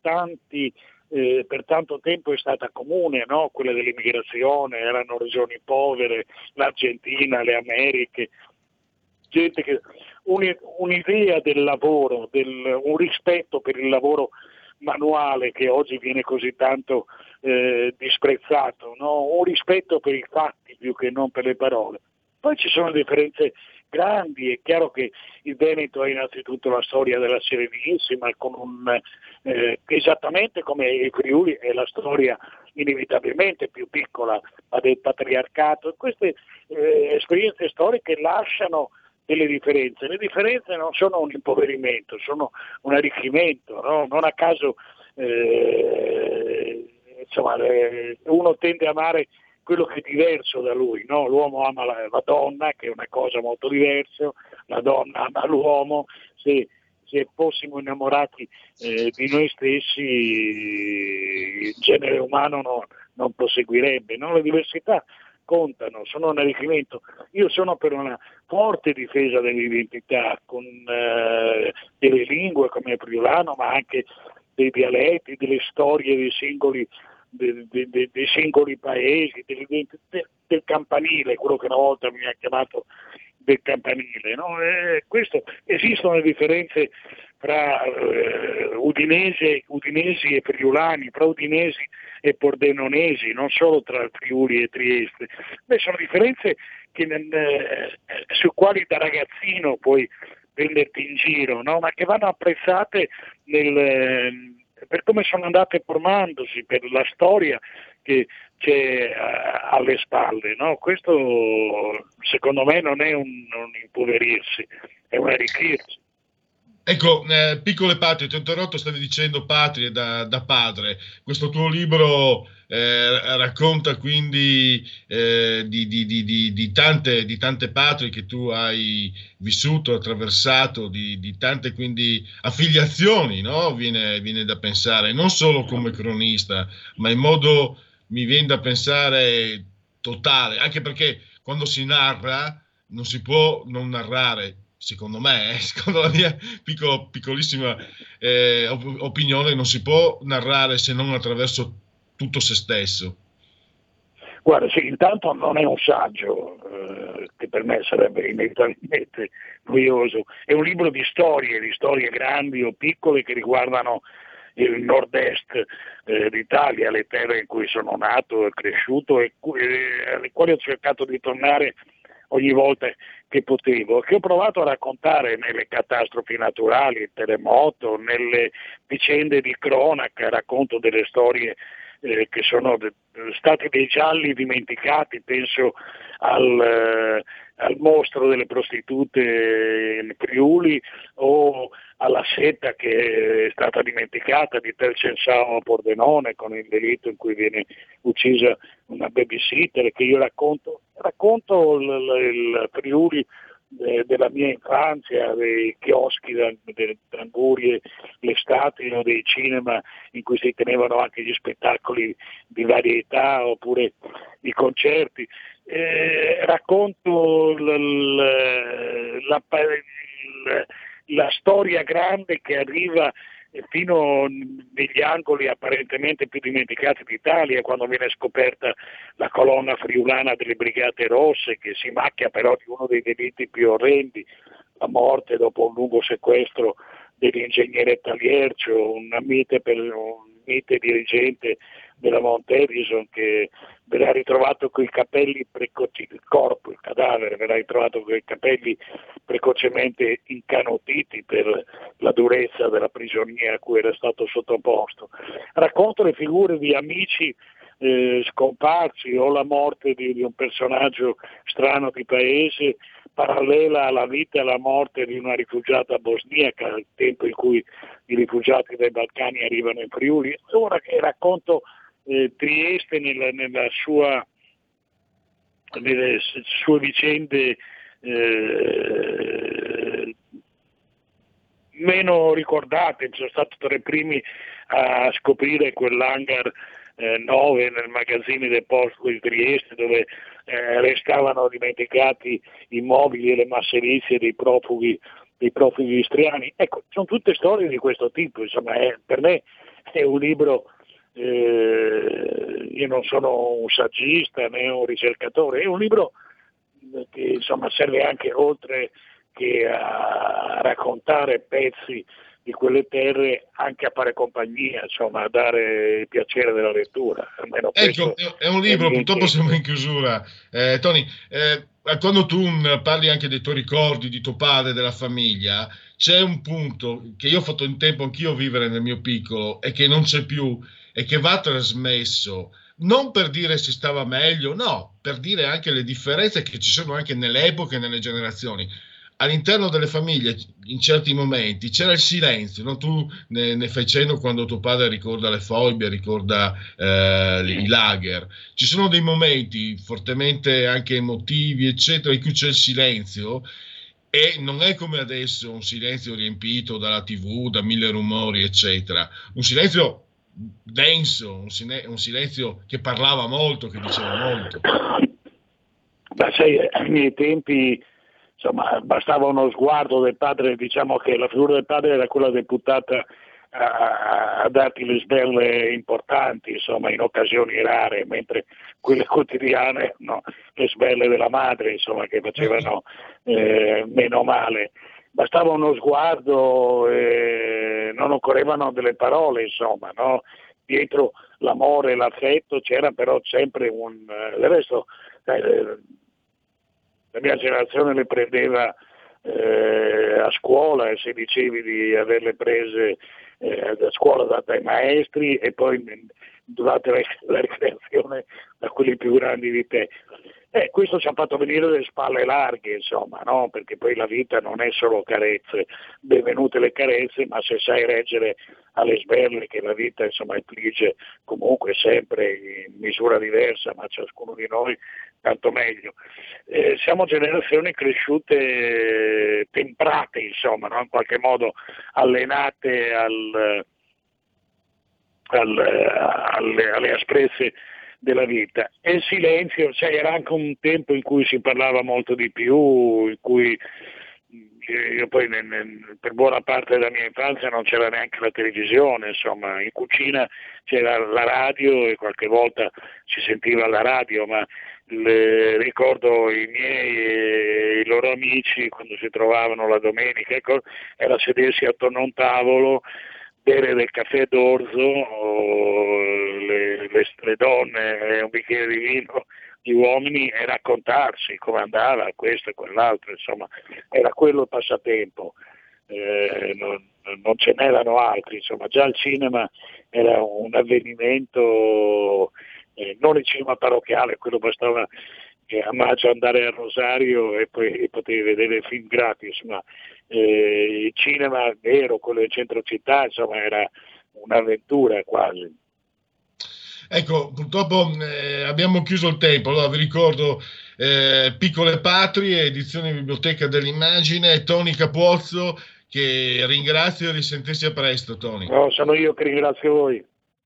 tanto tempo è stata comune, no? Quella dell'immigrazione, erano regioni povere, l'Argentina, le Americhe, gente che un'idea del lavoro, un rispetto per il lavoro manuale che oggi viene così tanto disprezzato, no? Un rispetto per i fatti più che non per le parole. Poi ci sono differenze grandi, è chiaro che il Veneto è innanzitutto la storia della Serenissima, con esattamente come il Friuli è la storia inevitabilmente più piccola, ma del patriarcato. Queste esperienze storiche lasciano delle differenze. Le differenze non sono un impoverimento, sono un arricchimento, no? Non a caso uno tende a amare quello che è diverso da lui, no? L'uomo ama la donna, che è una cosa molto diversa, la donna ama l'uomo. Se fossimo innamorati di noi stessi, il genere umano non proseguirebbe, no? Le diversità contano, sono un arricchimento. Io sono per una forte difesa dell'identità, con delle lingue come il friulano, ma anche dei dialetti, delle storie dei singoli paesi, del campanile, quello che una volta mi ha chiamato del campanile, no? Esistono le differenze fra udinesi e friulani, fra udinesi e pordenonesi, non solo tra Friuli e Trieste. Sono differenze su quali da ragazzino puoi prenderti in giro, no? Ma che vanno apprezzate per come sono andate formandosi, per la storia che c'è alle spalle, no? Questo secondo me non è un impoverirsi, è un arricchirsi. Ecco, Piccole patrie, ti ho interrotto, stavi dicendo patrie da padre. Questo tuo libro racconta quindi di tante patrie che tu hai vissuto, attraversato, di tante quindi affiliazioni, no? Viene da pensare, non solo come cronista, ma in modo, mi viene da pensare, totale, anche perché quando si narra non si può non narrare. Secondo me, secondo la mia piccolissima opinione, non si può narrare se non attraverso tutto se stesso. Guarda, sì, intanto non è un saggio, che per me sarebbe inevitabilmente noioso, è un libro di storie grandi o piccole che riguardano il nord-est d'Italia, le terre in cui sono nato e cresciuto e alle quali ho cercato di tornare ogni volta che potevo, che ho provato a raccontare nelle catastrofi naturali, il terremoto, nelle vicende di cronaca, racconto delle storie che sono stati dei gialli dimenticati, penso al mostro delle prostitute in Friuli o alla setta che è stata dimenticata di Tel Censao a Pordenone, con il delitto in cui viene uccisa una babysitter, che io racconto il Friuli della mia infanzia, dei chioschi, delle angurie, le statue o dei cinema in cui si tenevano anche gli spettacoli di varietà oppure i concerti. Racconto la storia grande che arriva fino negli angoli apparentemente più dimenticati d'Italia, quando viene scoperta la colonna friulana delle Brigate Rosse, che si macchia però di uno dei delitti più orrendi, la morte dopo un lungo sequestro dell'ingegnere Taliercio, un mite dirigente della Mount Edison, che verrà ritrovato coi capelli il corpo, il cadavere verrà ritrovato con i capelli precocemente incanotiti per la durezza della prigionia a cui era stato sottoposto. Racconto le figure di amici scomparsi o la morte di un personaggio strano di paese, parallela alla vita e alla morte di una rifugiata bosniaca al tempo in cui i rifugiati dai Balcani arrivano in Friuli. Ora che racconto Trieste nelle sue vicende meno ricordate, sono stato tra i primi a scoprire quell'hangar 9 nel magazzino del Posto di Trieste, dove restavano dimenticati i mobili e le masserizie dei profughi istriani. Ecco, sono tutte storie di questo tipo, insomma, per me è un libro. Io non sono un saggista né un ricercatore, è un libro che insomma serve anche, oltre che a raccontare pezzi di quelle terre, anche a fare compagnia, insomma, a dare il piacere della lettura. Almeno ecco, è un libro, purtroppo siamo in chiusura. Tony, quando tu parli anche dei tuoi ricordi, di tuo padre, della famiglia, c'è un punto che io ho fatto in tempo anch'io vivere nel mio piccolo e che non c'è più e che va trasmesso, non per dire si stava meglio, no, per dire anche le differenze che ci sono anche nelle epoche e nelle generazioni. All'interno delle famiglie, in certi momenti, c'era il silenzio, no? Tu ne fai cenno quando tuo padre ricorda le foibe, ricorda i lager. Ci sono dei momenti fortemente anche emotivi, eccetera, in cui c'è il silenzio, e non è come adesso un silenzio riempito dalla TV, da mille rumori, eccetera. Un silenzio denso, un silenzio che parlava molto, che diceva molto. Ma sai, ai miei tempi, insomma, bastava uno sguardo del padre, diciamo che la figura del padre era quella deputata a darti le sberle importanti, insomma, in occasioni rare, mentre quelle quotidiane, no, le sberle della madre, insomma, che facevano meno male. Bastava uno sguardo, non occorrevano delle parole, insomma, no? Dietro l'amore e l'affetto c'era però sempre del resto la mia generazione le prendeva a scuola, se dicevi di averle prese da scuola date ai maestri e poi durante la ricreazione da quelli più grandi di te. Questo ci ha fatto venire le spalle larghe, insomma, no? Perché poi la vita non è solo carezze, benvenute le carezze, ma se sai reggere alle sberle che la vita, insomma, infligge comunque sempre in misura diversa, ma ciascuno di noi tanto meglio. Siamo generazioni cresciute temprate, insomma, no? In qualche modo allenate alle asprezze della vita, e il silenzio, era anche un tempo in cui si parlava molto di più, in cui io poi per buona parte della mia infanzia non c'era neanche la televisione, insomma, in cucina c'era la radio e qualche volta si sentiva la radio, ma ricordo i miei e i loro amici quando si trovavano la domenica, era sedersi attorno a un tavolo, bere del caffè d'orzo, le donne e un bicchiere di vino, gli uomini, e raccontarsi come andava questo e quell'altro, insomma, era quello il passatempo, non ce n'erano altri, insomma, già il cinema era un avvenimento, non il cinema parrocchiale, quello bastava a maggio andare al Rosario e poi potevi vedere film gratis, ma il cinema vero, quello del centro città, insomma, era un'avventura quasi. Ecco, purtroppo abbiamo chiuso il tempo, allora vi ricordo Piccole Patrie, edizione Biblioteca dell'Immagine, Tony Capozzo, che ringrazio, e risentirsi a presto, Tony. No, sono io che ringrazio voi.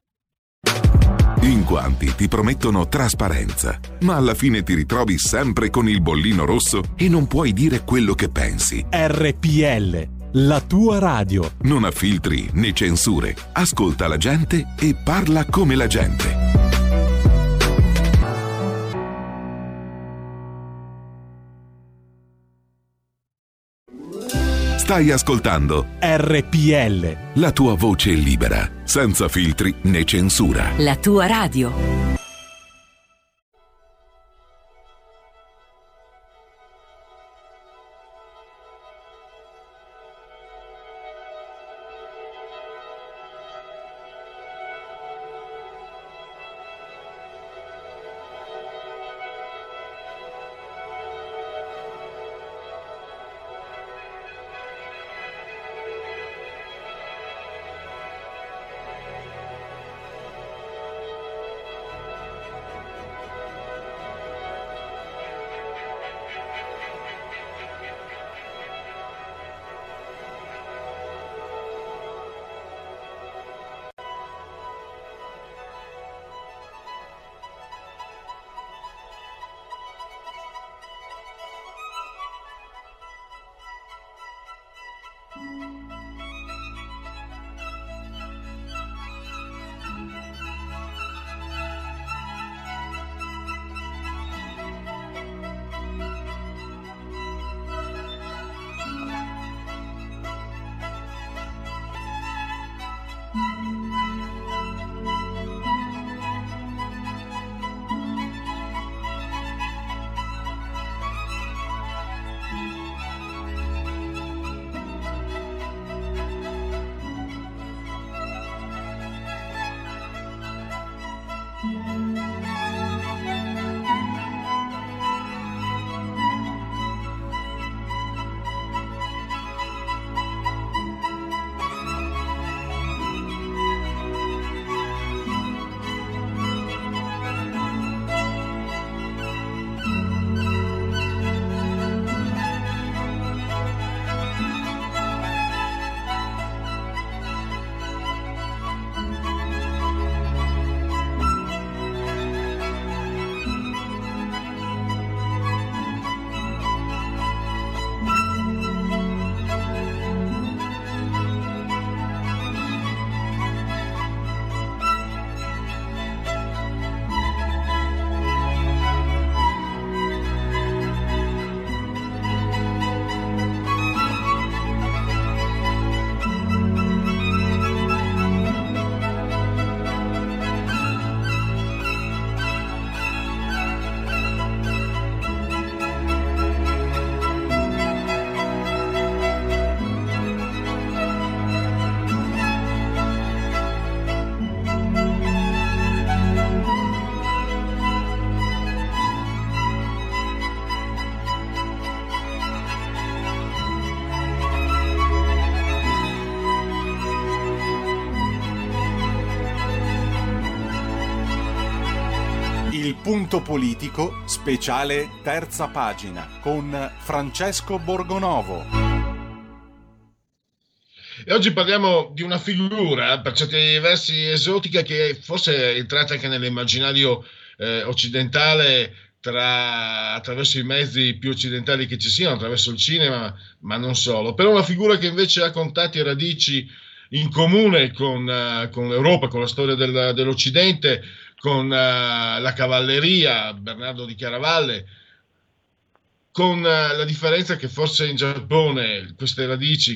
In quanti ti promettono trasparenza, ma alla fine ti ritrovi sempre con il bollino rosso e non puoi dire quello che pensi. RPL, la tua radio. Non ha filtri né censure. Ascolta la gente e parla come la gente. Stai ascoltando RPL, la tua voce libera, senza filtri né censura. La tua radio. Punto politico, speciale terza pagina, con Francesco Borgonovo. E oggi parliamo di una figura per certi versi esotica, che forse è entrata anche nell'immaginario occidentale attraverso i mezzi più occidentali che ci siano, attraverso il cinema, ma non solo. Però una figura che invece ha contatti e radici in comune con l'Europa, con la storia dell'Occidente, con la cavalleria, Bernardo di Chiaravalle, con la differenza che forse in Giappone queste radici,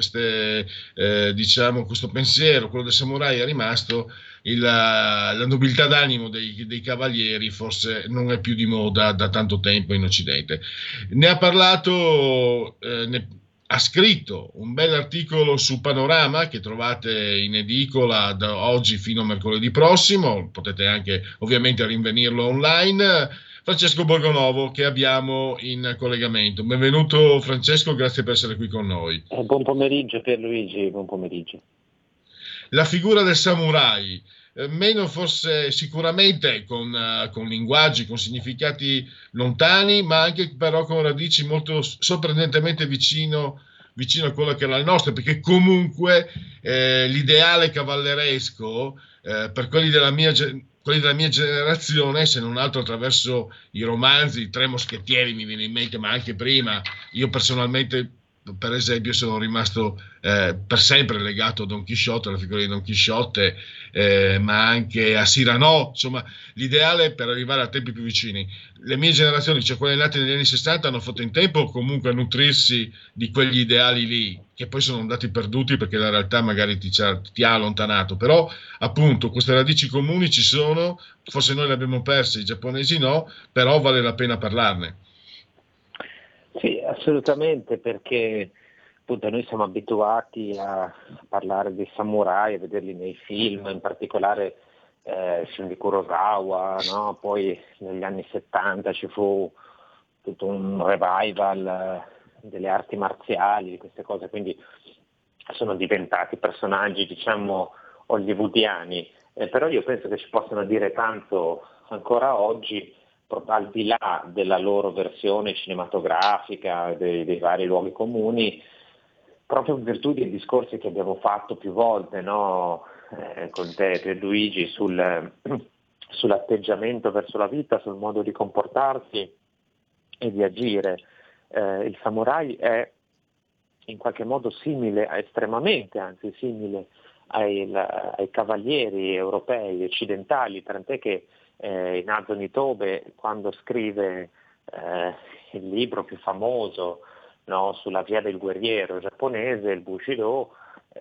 diciamo, questo pensiero, quello del samurai, è rimasto. La nobiltà d'animo dei cavalieri forse non è più di moda da tanto tempo in Occidente. Ne ha parlato, ha scritto un bel articolo su Panorama che trovate in edicola da oggi fino a mercoledì prossimo, potete anche ovviamente rinvenirlo online. Francesco Borgonovo, che abbiamo in collegamento. Benvenuto Francesco, grazie per essere qui con noi. Buon pomeriggio Pierluigi, buon pomeriggio. La figura del samurai, meno forse sicuramente con linguaggi, con significati lontani, ma anche però con radici molto sorprendentemente vicino a quello che era il nostro, perché comunque l'ideale cavalleresco per quelli della mia generazione, se non altro attraverso i romanzi, i Tre Moschettieri mi viene in mente, ma anche prima, io personalmente per esempio sono rimasto per sempre legato a Don Chisciotte, alla figura di Don Chisciotte, ma anche a Cyrano, insomma l'ideale per arrivare a tempi più vicini. Le mie generazioni, cioè quelle nate negli anni 60, hanno fatto in tempo comunque a nutrirsi di quegli ideali lì, che poi sono andati perduti perché la realtà magari ti ha allontanato, però appunto queste radici comuni ci sono, forse noi le abbiamo perse, i giapponesi no, però vale la pena parlarne. Sì, assolutamente, perché appunto noi siamo abituati a parlare dei samurai, a vederli nei film, in particolare il film di Kurosawa, no? Poi negli anni 70 ci fu tutto un revival delle arti marziali, di queste cose, quindi sono diventati personaggi, diciamo, hollywoodiani, però io penso che ci possano dire tanto ancora oggi, al di là della loro versione cinematografica, dei vari luoghi comuni, proprio in virtù dei discorsi che abbiamo fatto più volte, no? Con te Pierluigi, sull'atteggiamento verso la vita, sul modo di comportarsi e di agire. Il samurai è in qualche modo simile, estremamente anzi simile ai cavalieri europei occidentali, tant'è che Inazo Nitobe, quando scrive il libro più famoso, no, sulla via del guerriero giapponese, il Bushido,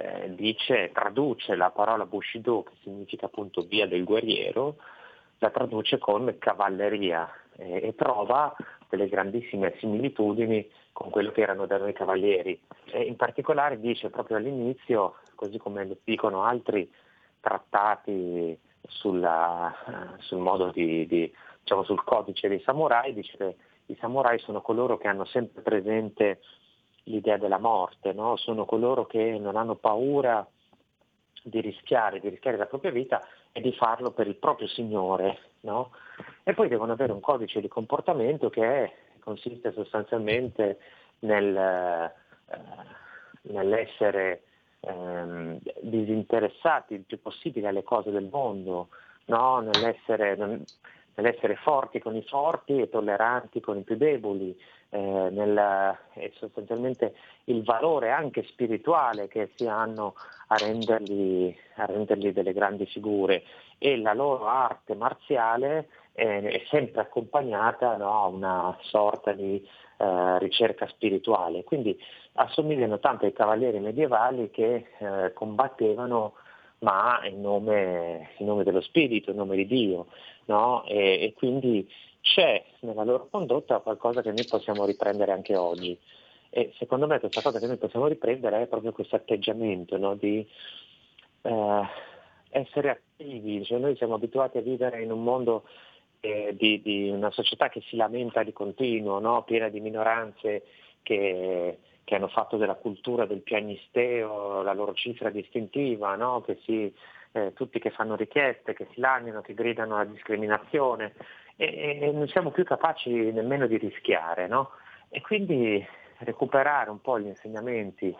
traduce la parola Bushido, che significa appunto via del guerriero, la traduce con cavalleria e trova delle grandissime similitudini con quello che erano da noi cavalieri. E in particolare dice proprio all'inizio, così come lo dicono altri trattati sul modo diciamo sul codice dei samurai, dice che i samurai sono coloro che hanno sempre presente l'idea della morte, no? Sono coloro che non hanno paura di rischiare la propria vita e di farlo per il proprio signore, no? E poi devono avere un codice di comportamento che consiste sostanzialmente nell'essere disinteressati il più possibile alle cose del mondo, no? Nell'essere forti con i forti e tolleranti con i più deboli, e sostanzialmente il valore anche spirituale che si hanno a renderli delle grandi figure, e la loro arte marziale è sempre accompagnata, no, a una sorta di ricerca spirituale. Quindi assomigliano tanto ai cavalieri medievali che combattevano ma in nome dello spirito, in nome di Dio, no? E quindi c'è nella loro condotta qualcosa che noi possiamo riprendere anche oggi, e secondo me questa cosa che noi possiamo riprendere è proprio questo atteggiamento, no? Di essere attivi, cioè noi siamo abituati a vivere in un mondo di una società che si lamenta di continuo, no? Piena di minoranze che hanno fatto della cultura del piagnisteo la loro cifra distintiva, no? Tutti che fanno richieste, che si lagnano, che gridano alla discriminazione, e non siamo più capaci nemmeno di rischiare, no? E quindi recuperare un po' gli insegnamenti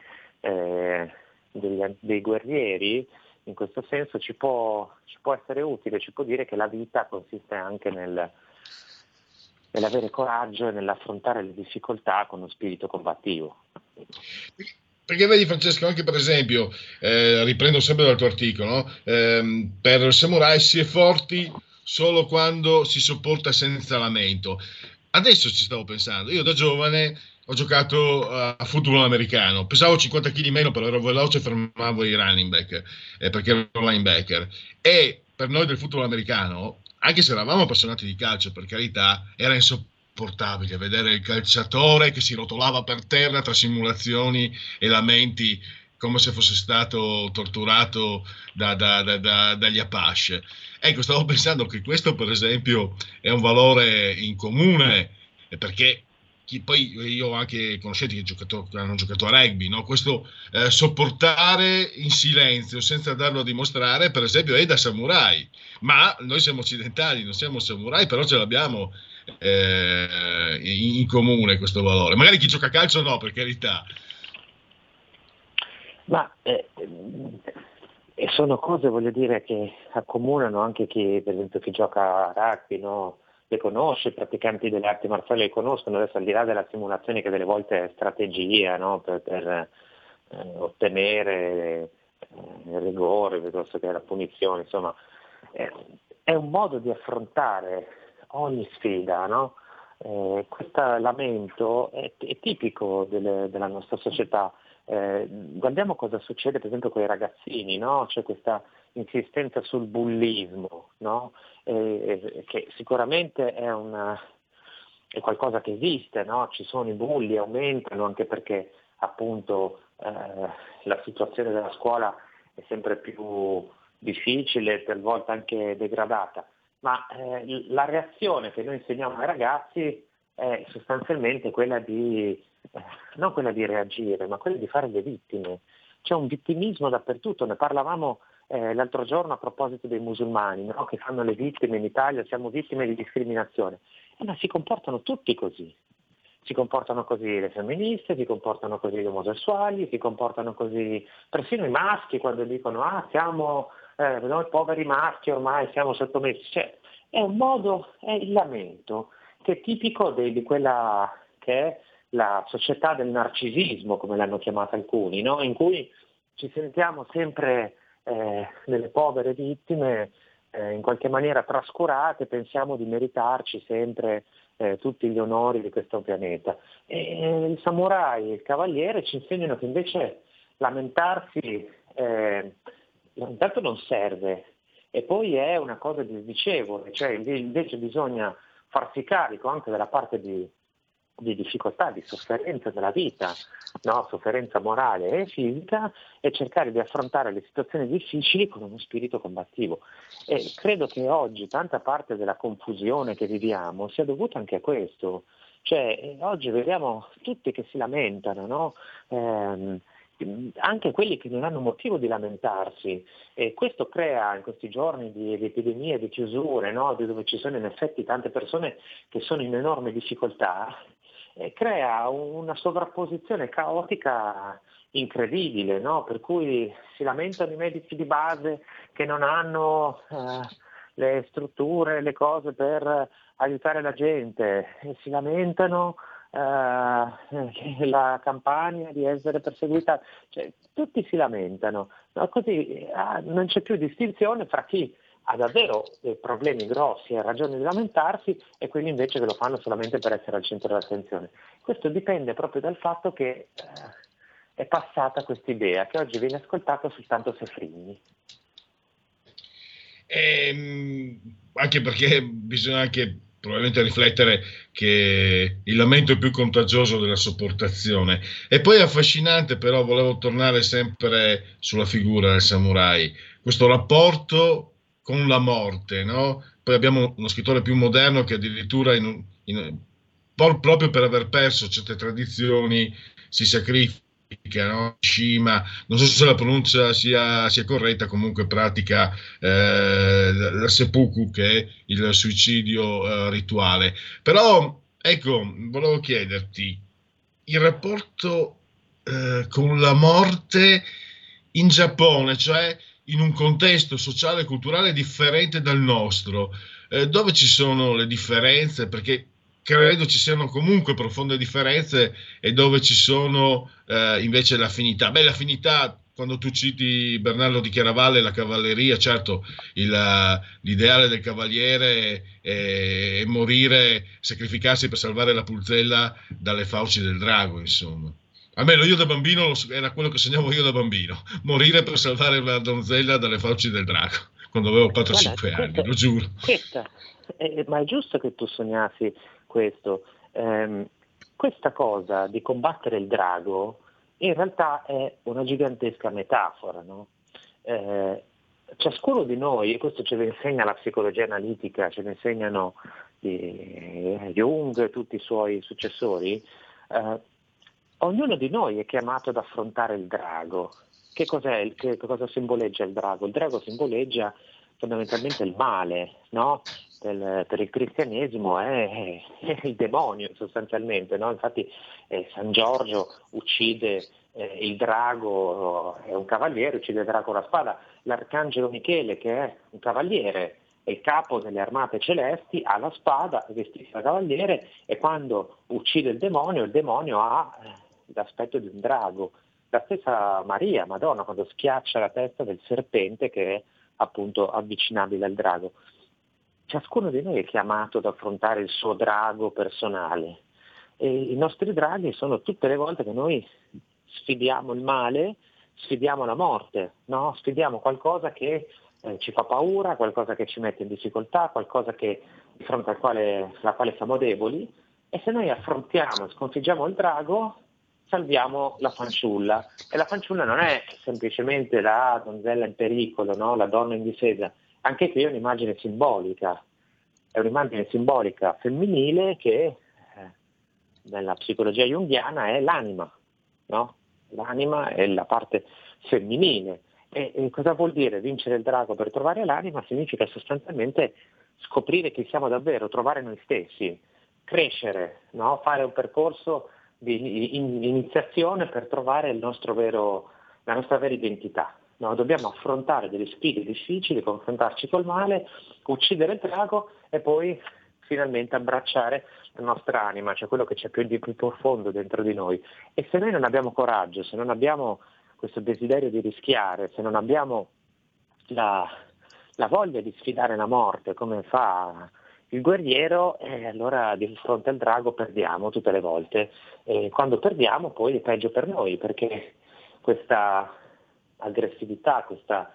dei guerrieri in questo senso ci può essere utile, ci può dire che la vita consiste anche nell'avere coraggio e nell'affrontare le difficoltà con uno spirito combattivo. Perché vedi, Francesco, anche per esempio, riprendo sempre dal tuo articolo, no? Per il samurai si è forti solo quando si sopporta senza lamento. Adesso ci stavo pensando, io da giovane ho giocato a football americano, pesavo 50 kg meno, però ero veloce e fermavo i running back, perché ero linebacker. E per noi del football americano, anche se eravamo appassionati di calcio, per carità, era insopportabile vedere il calciatore che si rotolava per terra tra simulazioni e lamenti come se fosse stato torturato dagli Apache. Ecco, stavo pensando che questo, per esempio, è un valore in comune, perché poi io ho anche conoscenti che hanno giocato a rugby, no? Questo sopportare in silenzio senza darlo a dimostrare, per esempio, è da samurai. Ma noi siamo occidentali, non siamo samurai, però ce l'abbiamo in comune questo valore. Magari chi gioca a calcio no, per carità. Ma sono cose, voglio dire, che accomunano anche chi, per esempio, chi gioca a rugby, no? Le conosce, i praticanti delle arti marziali le conoscono, adesso al di là della simulazione che delle volte è strategia, no? per ottenere il rigore piuttosto che la punizione, insomma, è un modo di affrontare ogni sfida, no? Questo lamento è tipico della nostra società. Guardiamo cosa succede per esempio con i ragazzini, no? C'è questa insistenza sul bullismo, no? Che sicuramente è qualcosa che esiste, no? Ci sono i bulli, aumentano anche perché appunto la situazione della scuola è sempre più difficile, talvolta anche degradata, ma la reazione che noi insegniamo ai ragazzi è sostanzialmente quella di non quella di reagire, ma quella di fare le vittime. C'è un vittimismo dappertutto, ne parlavamo l'altro giorno a proposito dei musulmani, no? Che fanno le vittime in Italia, siamo vittime di discriminazione, ma si comportano tutti così. Si comportano così le femministe, si comportano così gli omosessuali, si comportano così persino i maschi quando dicono siamo noi poveri maschi ormai siamo sottomessi. Cioè, è un modo, è il lamento che è tipico di quella che è la società del narcisismo, come l'hanno chiamata alcuni, no? In cui ci sentiamo sempre delle povere vittime in qualche maniera trascurate, pensiamo di meritarci sempre tutti gli onori di questo pianeta. E il samurai e il cavaliere ci insegnano che invece lamentarsi intanto non serve e poi è una cosa disdicevole, cioè invece bisogna farsi carico anche della parte di difficoltà, di sofferenza della vita, no? Sofferenza morale e fisica, e cercare di affrontare le situazioni difficili con uno spirito combattivo. E credo che oggi tanta parte della confusione che viviamo sia dovuta anche a questo. Cioè, oggi vediamo tutti che si lamentano, no? Anche quelli che non hanno motivo di lamentarsi, e questo crea in questi giorni di epidemie, di chiusure, no? Dove ci sono in effetti tante persone che sono in enorme difficoltà, crea una sovrapposizione caotica incredibile, no? Per cui si lamentano i medici di base che non hanno le strutture, le cose per aiutare la gente, e si lamentano la campagna di essere perseguita, cioè, tutti si lamentano, no? Così non c'è più distinzione fra chi ha davvero dei problemi grossi e ha ragione di lamentarsi e quelli invece che lo fanno solamente per essere al centro dell'attenzione. Questo dipende proprio dal fatto che è passata questa idea che oggi viene ascoltata soltanto se frigni. Anche perché bisogna anche probabilmente riflettere che il lamento è più contagioso della sopportazione. E poi è affascinante, però volevo tornare sempre sulla figura del samurai, questo rapporto con la morte, no? Poi abbiamo uno scrittore più moderno che addirittura proprio per aver perso certe tradizioni si sacrifica no? Shima, non so se la pronuncia sia corretta, comunque pratica la seppuku, che è il suicidio rituale. Però ecco, volevo chiederti il rapporto con la morte in Giappone, cioè in un contesto sociale e culturale differente dal nostro, dove ci sono le differenze, perché credo ci siano comunque profonde differenze, e dove ci sono invece l'affinità. Beh, l'affinità, quando tu citi Bernardo di Chiaravalle, la cavalleria, certo, l'ideale del cavaliere è morire, sacrificarsi per salvare la pulzella dalle fauci del drago, insomma. Almeno io da bambino era quello che sognavo io da bambino, morire per salvare una donzella dalle fauci del drago, quando avevo 4-5 anni, lo giuro. Ma è giusto che tu sognassi questo. Questa cosa di combattere il drago in realtà è una gigantesca metafora, no? Ciascuno di noi, e questo ce lo insegna la psicologia analitica, ce lo insegnano Jung e tutti i suoi successori, ognuno di noi è chiamato ad affrontare il drago. Che cosa simboleggia il drago? Il drago simboleggia fondamentalmente il male, no? Per il cristianesimo è il demonio sostanzialmente, no? Infatti San Giorgio uccide il drago, è un cavaliere, uccide il drago con la spada. L'Arcangelo Michele, che è un cavaliere, è il capo delle armate celesti, ha la spada, è vestito da cavaliere, e quando uccide il demonio ha l'aspetto di un drago. La stessa Maria, Madonna, quando schiaccia la testa del serpente, che è appunto avvicinabile al drago. Ciascuno di noi è chiamato ad affrontare il suo drago personale, e i nostri draghi sono tutte le volte che noi sfidiamo il male, sfidiamo la morte, no? Sfidiamo qualcosa che ci fa paura, qualcosa che ci mette in difficoltà, qualcosa che di fronte alla quale siamo deboli, e se noi affrontiamo, sconfiggiamo il drago, salviamo la fanciulla. E la fanciulla non è semplicemente la donzella in pericolo, no? La donna in difesa. Anche qui è un'immagine simbolica, femminile che nella psicologia junghiana è l'anima, no? L'anima è la parte femminile. E cosa vuol dire vincere il drago per trovare l'anima? Significa sostanzialmente scoprire chi siamo davvero, trovare noi stessi, crescere, no? Fare un percorso di iniziazione per trovare la nostra vera identità. No, dobbiamo affrontare delle sfide difficili, confrontarci col male, uccidere il drago e poi finalmente abbracciare la nostra anima, cioè quello che c'è più profondo dentro di noi. E se noi non abbiamo coraggio, se non abbiamo questo desiderio di rischiare, se non abbiamo la voglia di sfidare la morte come fa il guerriero, allora di fronte al drago perdiamo tutte le volte. E quando perdiamo poi è peggio per noi, perché questa aggressività, questa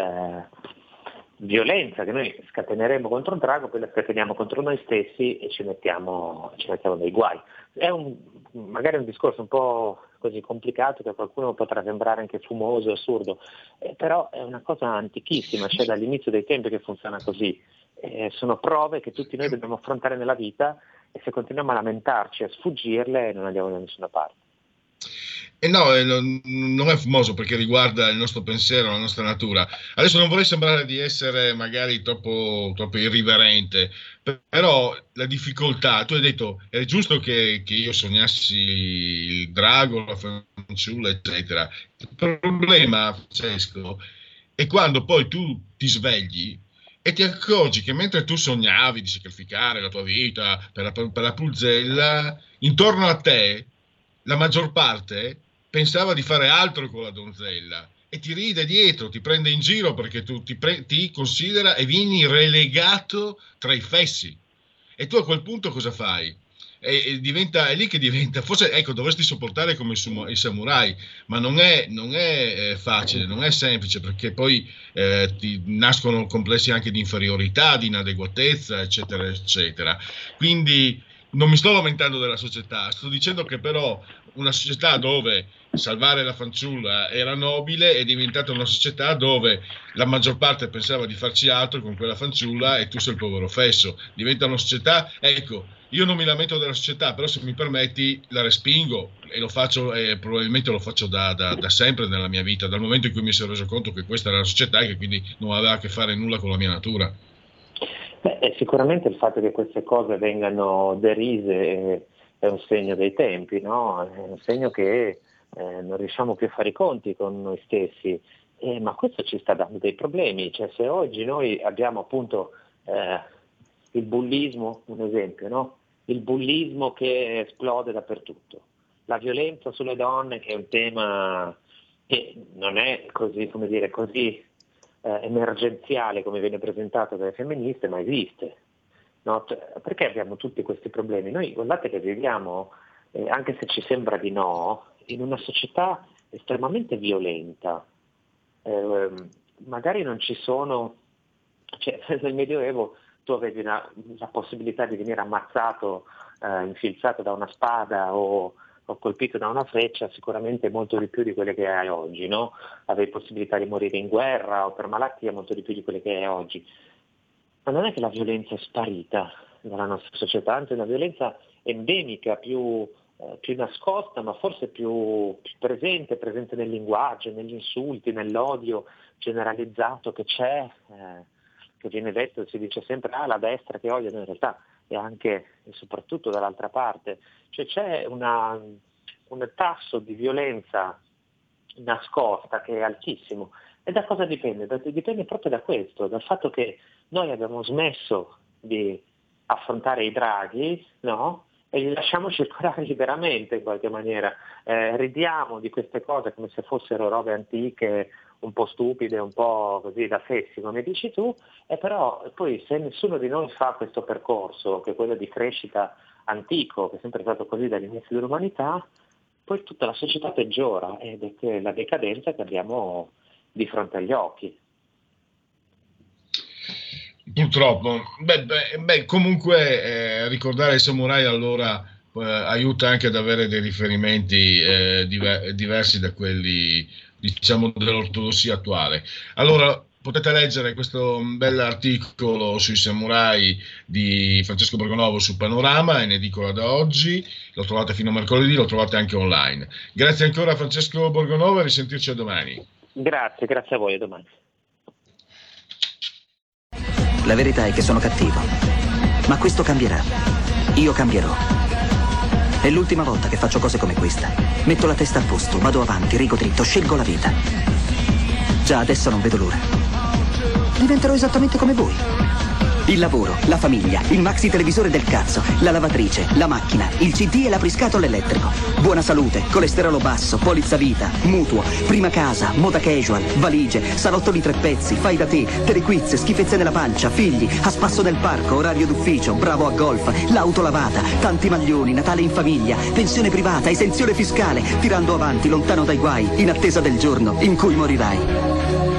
violenza che noi scateneremo contro il drago, poi la scateniamo contro noi stessi e ci mettiamo nei guai. È magari un discorso un po' così complicato, che a qualcuno potrà sembrare anche fumoso, assurdo, però è una cosa antichissima, cioè dall'inizio dei tempi che funziona così. Sono prove che tutti noi dobbiamo affrontare nella vita, e se continuiamo a lamentarci, a sfuggirle, non andiamo da nessuna parte. E no, non è fumoso, perché riguarda il nostro pensiero, la nostra natura. Adesso non vorrei sembrare di essere magari troppo irriverente, però la difficoltà, tu hai detto, è giusto che io sognassi il drago, la fanciulla, eccetera. Il problema, Francesco, è quando poi tu ti svegli e ti accorgi che mentre tu sognavi di sacrificare la tua vita per la pulzella, intorno a te la maggior parte pensava di fare altro con la donzella e ti ride dietro, ti prende in giro, perché tu ti considera e vieni relegato tra i fessi. E tu a quel punto cosa fai? È lì che diventa, forse, ecco, dovresti sopportare come i samurai, ma non è facile, non è semplice, perché poi ti nascono complessi anche di inferiorità, di inadeguatezza, eccetera, eccetera. Quindi non mi sto lamentando della società, sto dicendo che però una società dove salvare la fanciulla era nobile è diventata una società dove la maggior parte pensava di farci altro con quella fanciulla e tu sei il povero fesso. Diventa una società, ecco, io non mi lamento della società, però se mi permetti la respingo, e lo faccio, e probabilmente lo faccio da sempre nella mia vita, dal momento in cui mi sono reso conto che questa era la società e che quindi non aveva a che fare nulla con la mia natura. Sicuramente il fatto che queste cose vengano derise è un segno dei tempi, no? È un segno che non riusciamo più a fare i conti con noi stessi, ma questo ci sta dando dei problemi. Cioè, se oggi noi abbiamo appunto il bullismo, un esempio, no? Il bullismo che esplode dappertutto, la violenza sulle donne, che è un tema che non è così, come dire, così emergenziale come viene presentato dalle femministe, ma esiste. No? Perché abbiamo tutti questi problemi? Noi, guardate che viviamo, anche se ci sembra di no, in una società estremamente violenta. Magari non ci sono, cioè nel Medioevo tu avevi la possibilità di venire ammazzato, infilzato da una spada o colpito da una freccia, sicuramente molto di più di quelle che hai oggi, no? Avevi possibilità di morire in guerra o per malattia molto di più di quelle che hai oggi. Ma non è che la violenza è sparita dalla nostra società, anzi è una violenza endemica, più nascosta, ma forse più presente nel linguaggio, negli insulti, nell'odio generalizzato che c'è, che viene detto, si dice sempre la destra che odia, in realtà è anche e soprattutto dall'altra parte, cioè c'è un tasso di violenza nascosta che è altissimo. E da cosa dipende? Dipende proprio da questo, dal fatto che noi abbiamo smesso di affrontare i draghi, no? E li lasciamo circolare liberamente in qualche maniera, ridiamo di queste cose come se fossero robe antiche, un po' stupide, un po' così da fessi, come dici tu, e però poi se nessuno di noi fa questo percorso, che è quello di crescita antico, che è sempre stato così dall'inizio dell'umanità, poi tutta la società peggiora ed è la decadenza che abbiamo di fronte agli occhi. Purtroppo. Comunque ricordare i samurai allora aiuta anche ad avere dei riferimenti diversi da quelli, diciamo, dell'ortodossia attuale. Allora potete leggere questo bell'articolo sui samurai di Francesco Borgonovo su Panorama, in edicola da oggi, lo trovate fino a mercoledì, lo trovate anche online. Grazie ancora a Francesco Borgonovo e risentirci a domani. Grazie a voi, a domani. La verità è che sono cattivo, ma questo cambierà. Io cambierò. È l'ultima volta che faccio cose come questa. Metto la testa a posto, vado avanti, rigo dritto, scelgo la vita. Già adesso non vedo l'ora. Diventerò esattamente come voi. Il lavoro, la famiglia, il maxi televisore del cazzo, la lavatrice, la macchina, il CD e l'apriscatole elettrico. Buona salute, colesterolo basso, polizza vita, mutuo, prima casa, moda casual, valigie, salotto di 3 pezzi, fai da te, telequiz, schifezze nella pancia, figli, a spasso nel parco, orario d'ufficio, bravo a golf, l'auto lavata, tanti maglioni, Natale in famiglia, pensione privata, esenzione fiscale, tirando avanti, lontano dai guai, in attesa del giorno in cui morirai.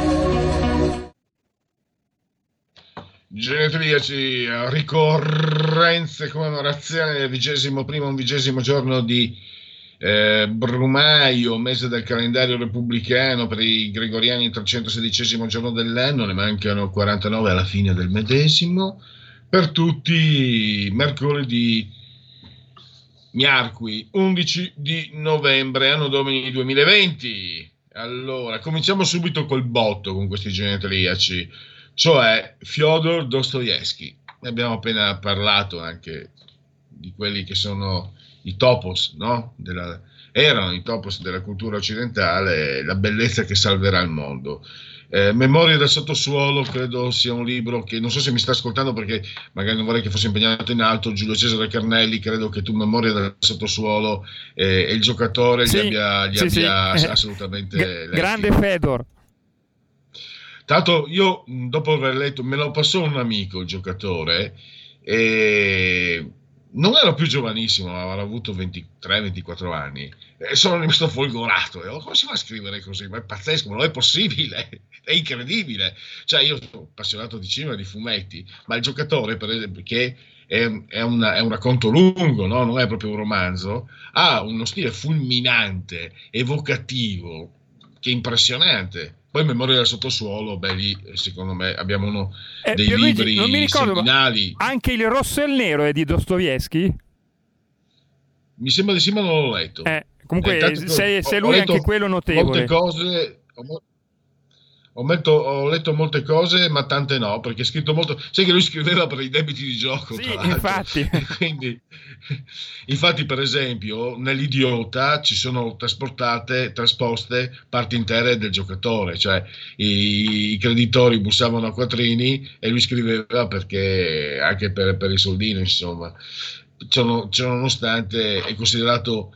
Genetriaci, ricorrenze, commemorazione del 21° giorno di Brumaio, mese del calendario repubblicano per i gregoriani, il 316° giorno dell'anno, ne mancano 49 alla fine del medesimo, per tutti mercoledì miarqui 11 di novembre, anno domini 2020. Allora, cominciamo subito col botto con questi genetriaci, cioè Fyodor Dostoevskij. Ne abbiamo appena parlato anche di quelli che sono i topos, no? Erano i topos della cultura occidentale, la bellezza che salverà il mondo. Memorie del sottosuolo credo sia un libro che, non so se mi sta ascoltando perché magari non vorrei che fosse impegnato in alto, Giulio Cesare Carnelli, credo che tu Memorie del sottosuolo e il giocatore gli abbia assolutamente letti. Grande Fedor. Tanto io dopo aver letto, me lo passò un amico, il giocatore, e non ero più giovanissimo, avrò avuto 23-24 anni, e sono rimasto folgorato. Come si fa a scrivere così? Ma è pazzesco, ma non è possibile, è incredibile. Cioè io sono appassionato di cinema e di fumetti, ma il giocatore, per esempio, che è un racconto lungo, no? Non è proprio un romanzo, ha uno stile fulminante, evocativo, che è impressionante. Poi Memoria del sottosuolo, lì secondo me abbiamo uno dei Pierluigi, libri non mi ricordo, seminali. Anche Il rosso e il nero è di Dostoevskij? Mi sembra di sì, ma non l'ho letto. Comunque se lui è anche quello notevole. Molte cose, ho letto molte cose, ma tante no, perché ha scritto molto. Sai che lui scriveva per i debiti di gioco, sì, tra l'altro. Quindi, infatti, per esempio, nell'Idiota ci sono trasposte parti intere del giocatore, cioè i creditori bussavano a quattrini e lui scriveva perché anche per i soldini, insomma. Nonostante è considerato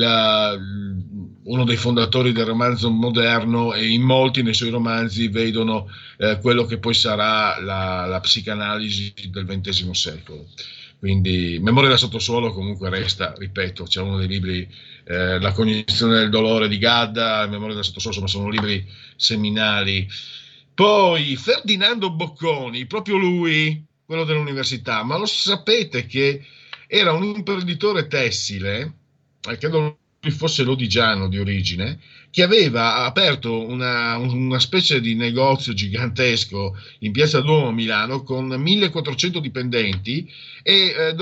uno dei fondatori del romanzo moderno, e in molti nei suoi romanzi vedono quello che poi sarà la psicanalisi del XX secolo. Quindi Memoria del sottosuolo comunque resta, ripeto, c'è uno dei libri, La cognizione del dolore di Gadda, Memoria del sottosuolo, sono libri seminali. Poi Ferdinando Bocconi, proprio lui, quello dell'università, ma lo sapete che era un imprenditore tessile, credo fosse lodigiano di origine, che aveva aperto una specie di negozio gigantesco in Piazza Duomo a Milano con 1400 dipendenti e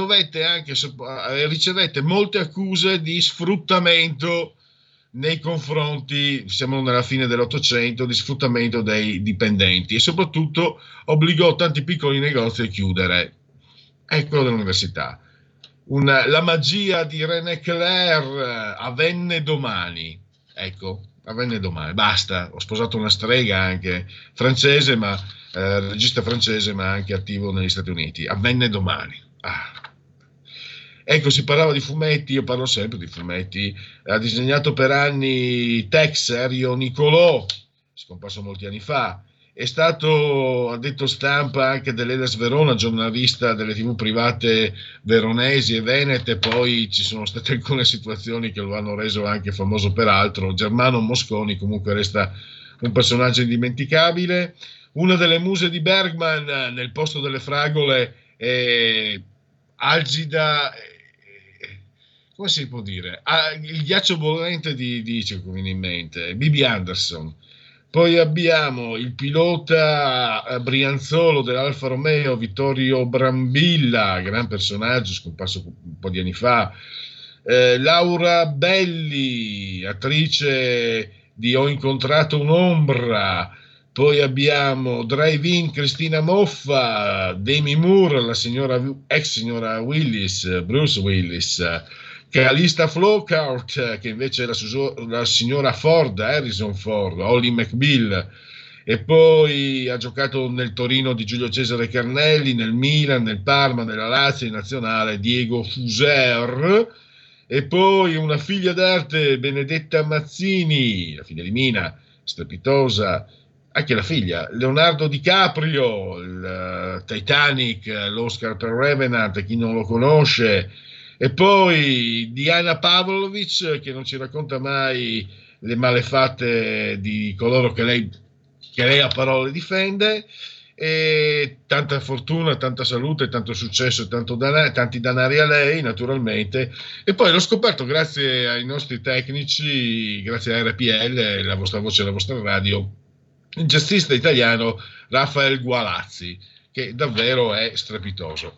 ricevette molte accuse di sfruttamento nei confronti, siamo nella fine dell'Ottocento, di sfruttamento dei dipendenti, e soprattutto obbligò tanti piccoli negozi a chiudere. È quello dell'università. La magia di René Clair, Avvenne domani. Ecco, Avvenne domani. Basta, ho sposato una strega anche francese, regista francese, ma anche attivo negli Stati Uniti. Avvenne domani. Ecco, si parlava di fumetti, io parlo sempre di fumetti. Ha disegnato per anni Tex, Erio Nicolò, scomparso molti anni fa. È stato addetto stampa anche dell'Elas Verona, giornalista delle TV private veronesi e venete, poi ci sono state alcune situazioni che lo hanno reso anche famoso per altro. Germano Mosconi comunque resta un personaggio indimenticabile. Una delle muse di Bergman, Nel posto delle fragole, algida, come si può dire? Il ghiaccio bollente di ci viene in mente, Bibi Anderson. Poi abbiamo il pilota brianzolo dell'Alfa Romeo, Vittorio Brambilla, gran personaggio, scomparso un po' di anni fa. Laura Belli, attrice di Ho incontrato un'ombra. Poi abbiamo Drive-In Cristina Moffa, Demi Moore, ex signora Willis, Bruce Willis. Calista Flockhart, che invece è la signora Ford, Harrison Ford, Holly McBeal, e poi ha giocato nel Torino di Giulio Cesare Carnelli, nel Milan, nel Parma, nella Lazio, in nazionale Diego Fuser, e poi una figlia d'arte, Benedetta Mazzini, la figlia di Mina, strepitosa, anche la figlia, Leonardo DiCaprio, il Titanic, l'Oscar per Revenant, chi non lo conosce. E poi Diana Pavlovic, che non ci racconta mai le malefatte di coloro che lei a parole difende, e tanta fortuna, tanta salute, tanto successo, tanti danari a lei naturalmente. E poi l'ho scoperto grazie ai nostri tecnici, grazie a RPL, la vostra voce, la vostra radio, il jazzista italiano Rafael Gualazzi, che davvero è strepitoso.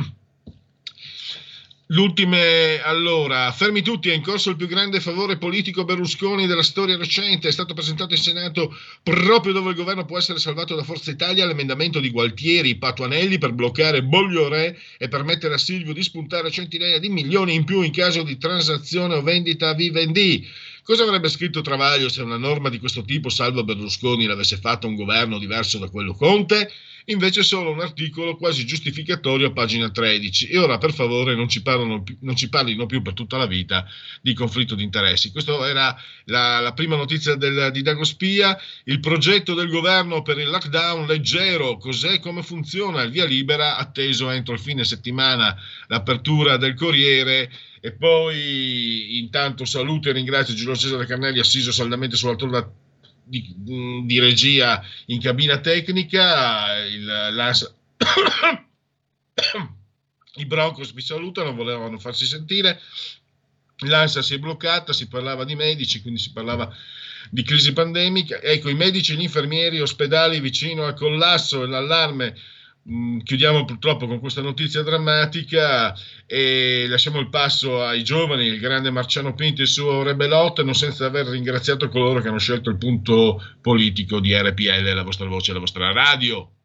L'ultime, allora, fermi tutti, è in corso il più grande favore politico Berlusconi della storia recente. È stato presentato in Senato, proprio dove il governo può essere salvato da Forza Italia, l'emendamento di Gualtieri Patuanelli per bloccare Boglioré e permettere a Silvio di spuntare centinaia di milioni in più in caso di transazione o vendita Vivendi. Cosa avrebbe scritto Travaglio se una norma di questo tipo, salvo Berlusconi, l'avesse fatta un governo diverso da quello Conte? Invece solo un articolo quasi giustificatorio a pagina 13. E ora per favore non ci parlino più per tutta la vita di conflitto di interessi. Questa era la prima notizia di Dagospia. Il progetto del governo per il lockdown leggero, cos'è, come funziona, il via libera, atteso entro il fine settimana l'apertura del Corriere. E poi intanto saluto e ringrazio Giulio Cesare Carnelli, assiso saldamente sulla tolla di regia in cabina tecnica. I Broncos vi salutano, volevano farsi sentire. L'ANSA si è bloccata, si parlava di medici, quindi si parlava di crisi pandemica. Ecco, i medici, gli infermieri, ospedali vicino al collasso e l'allarme. Chiudiamo purtroppo con questa notizia drammatica e lasciamo il passo ai giovani, il grande Marciano Pinto e il suo Rebelot, non senza aver ringraziato coloro che hanno scelto il punto politico di RPL, la vostra voce, la vostra radio.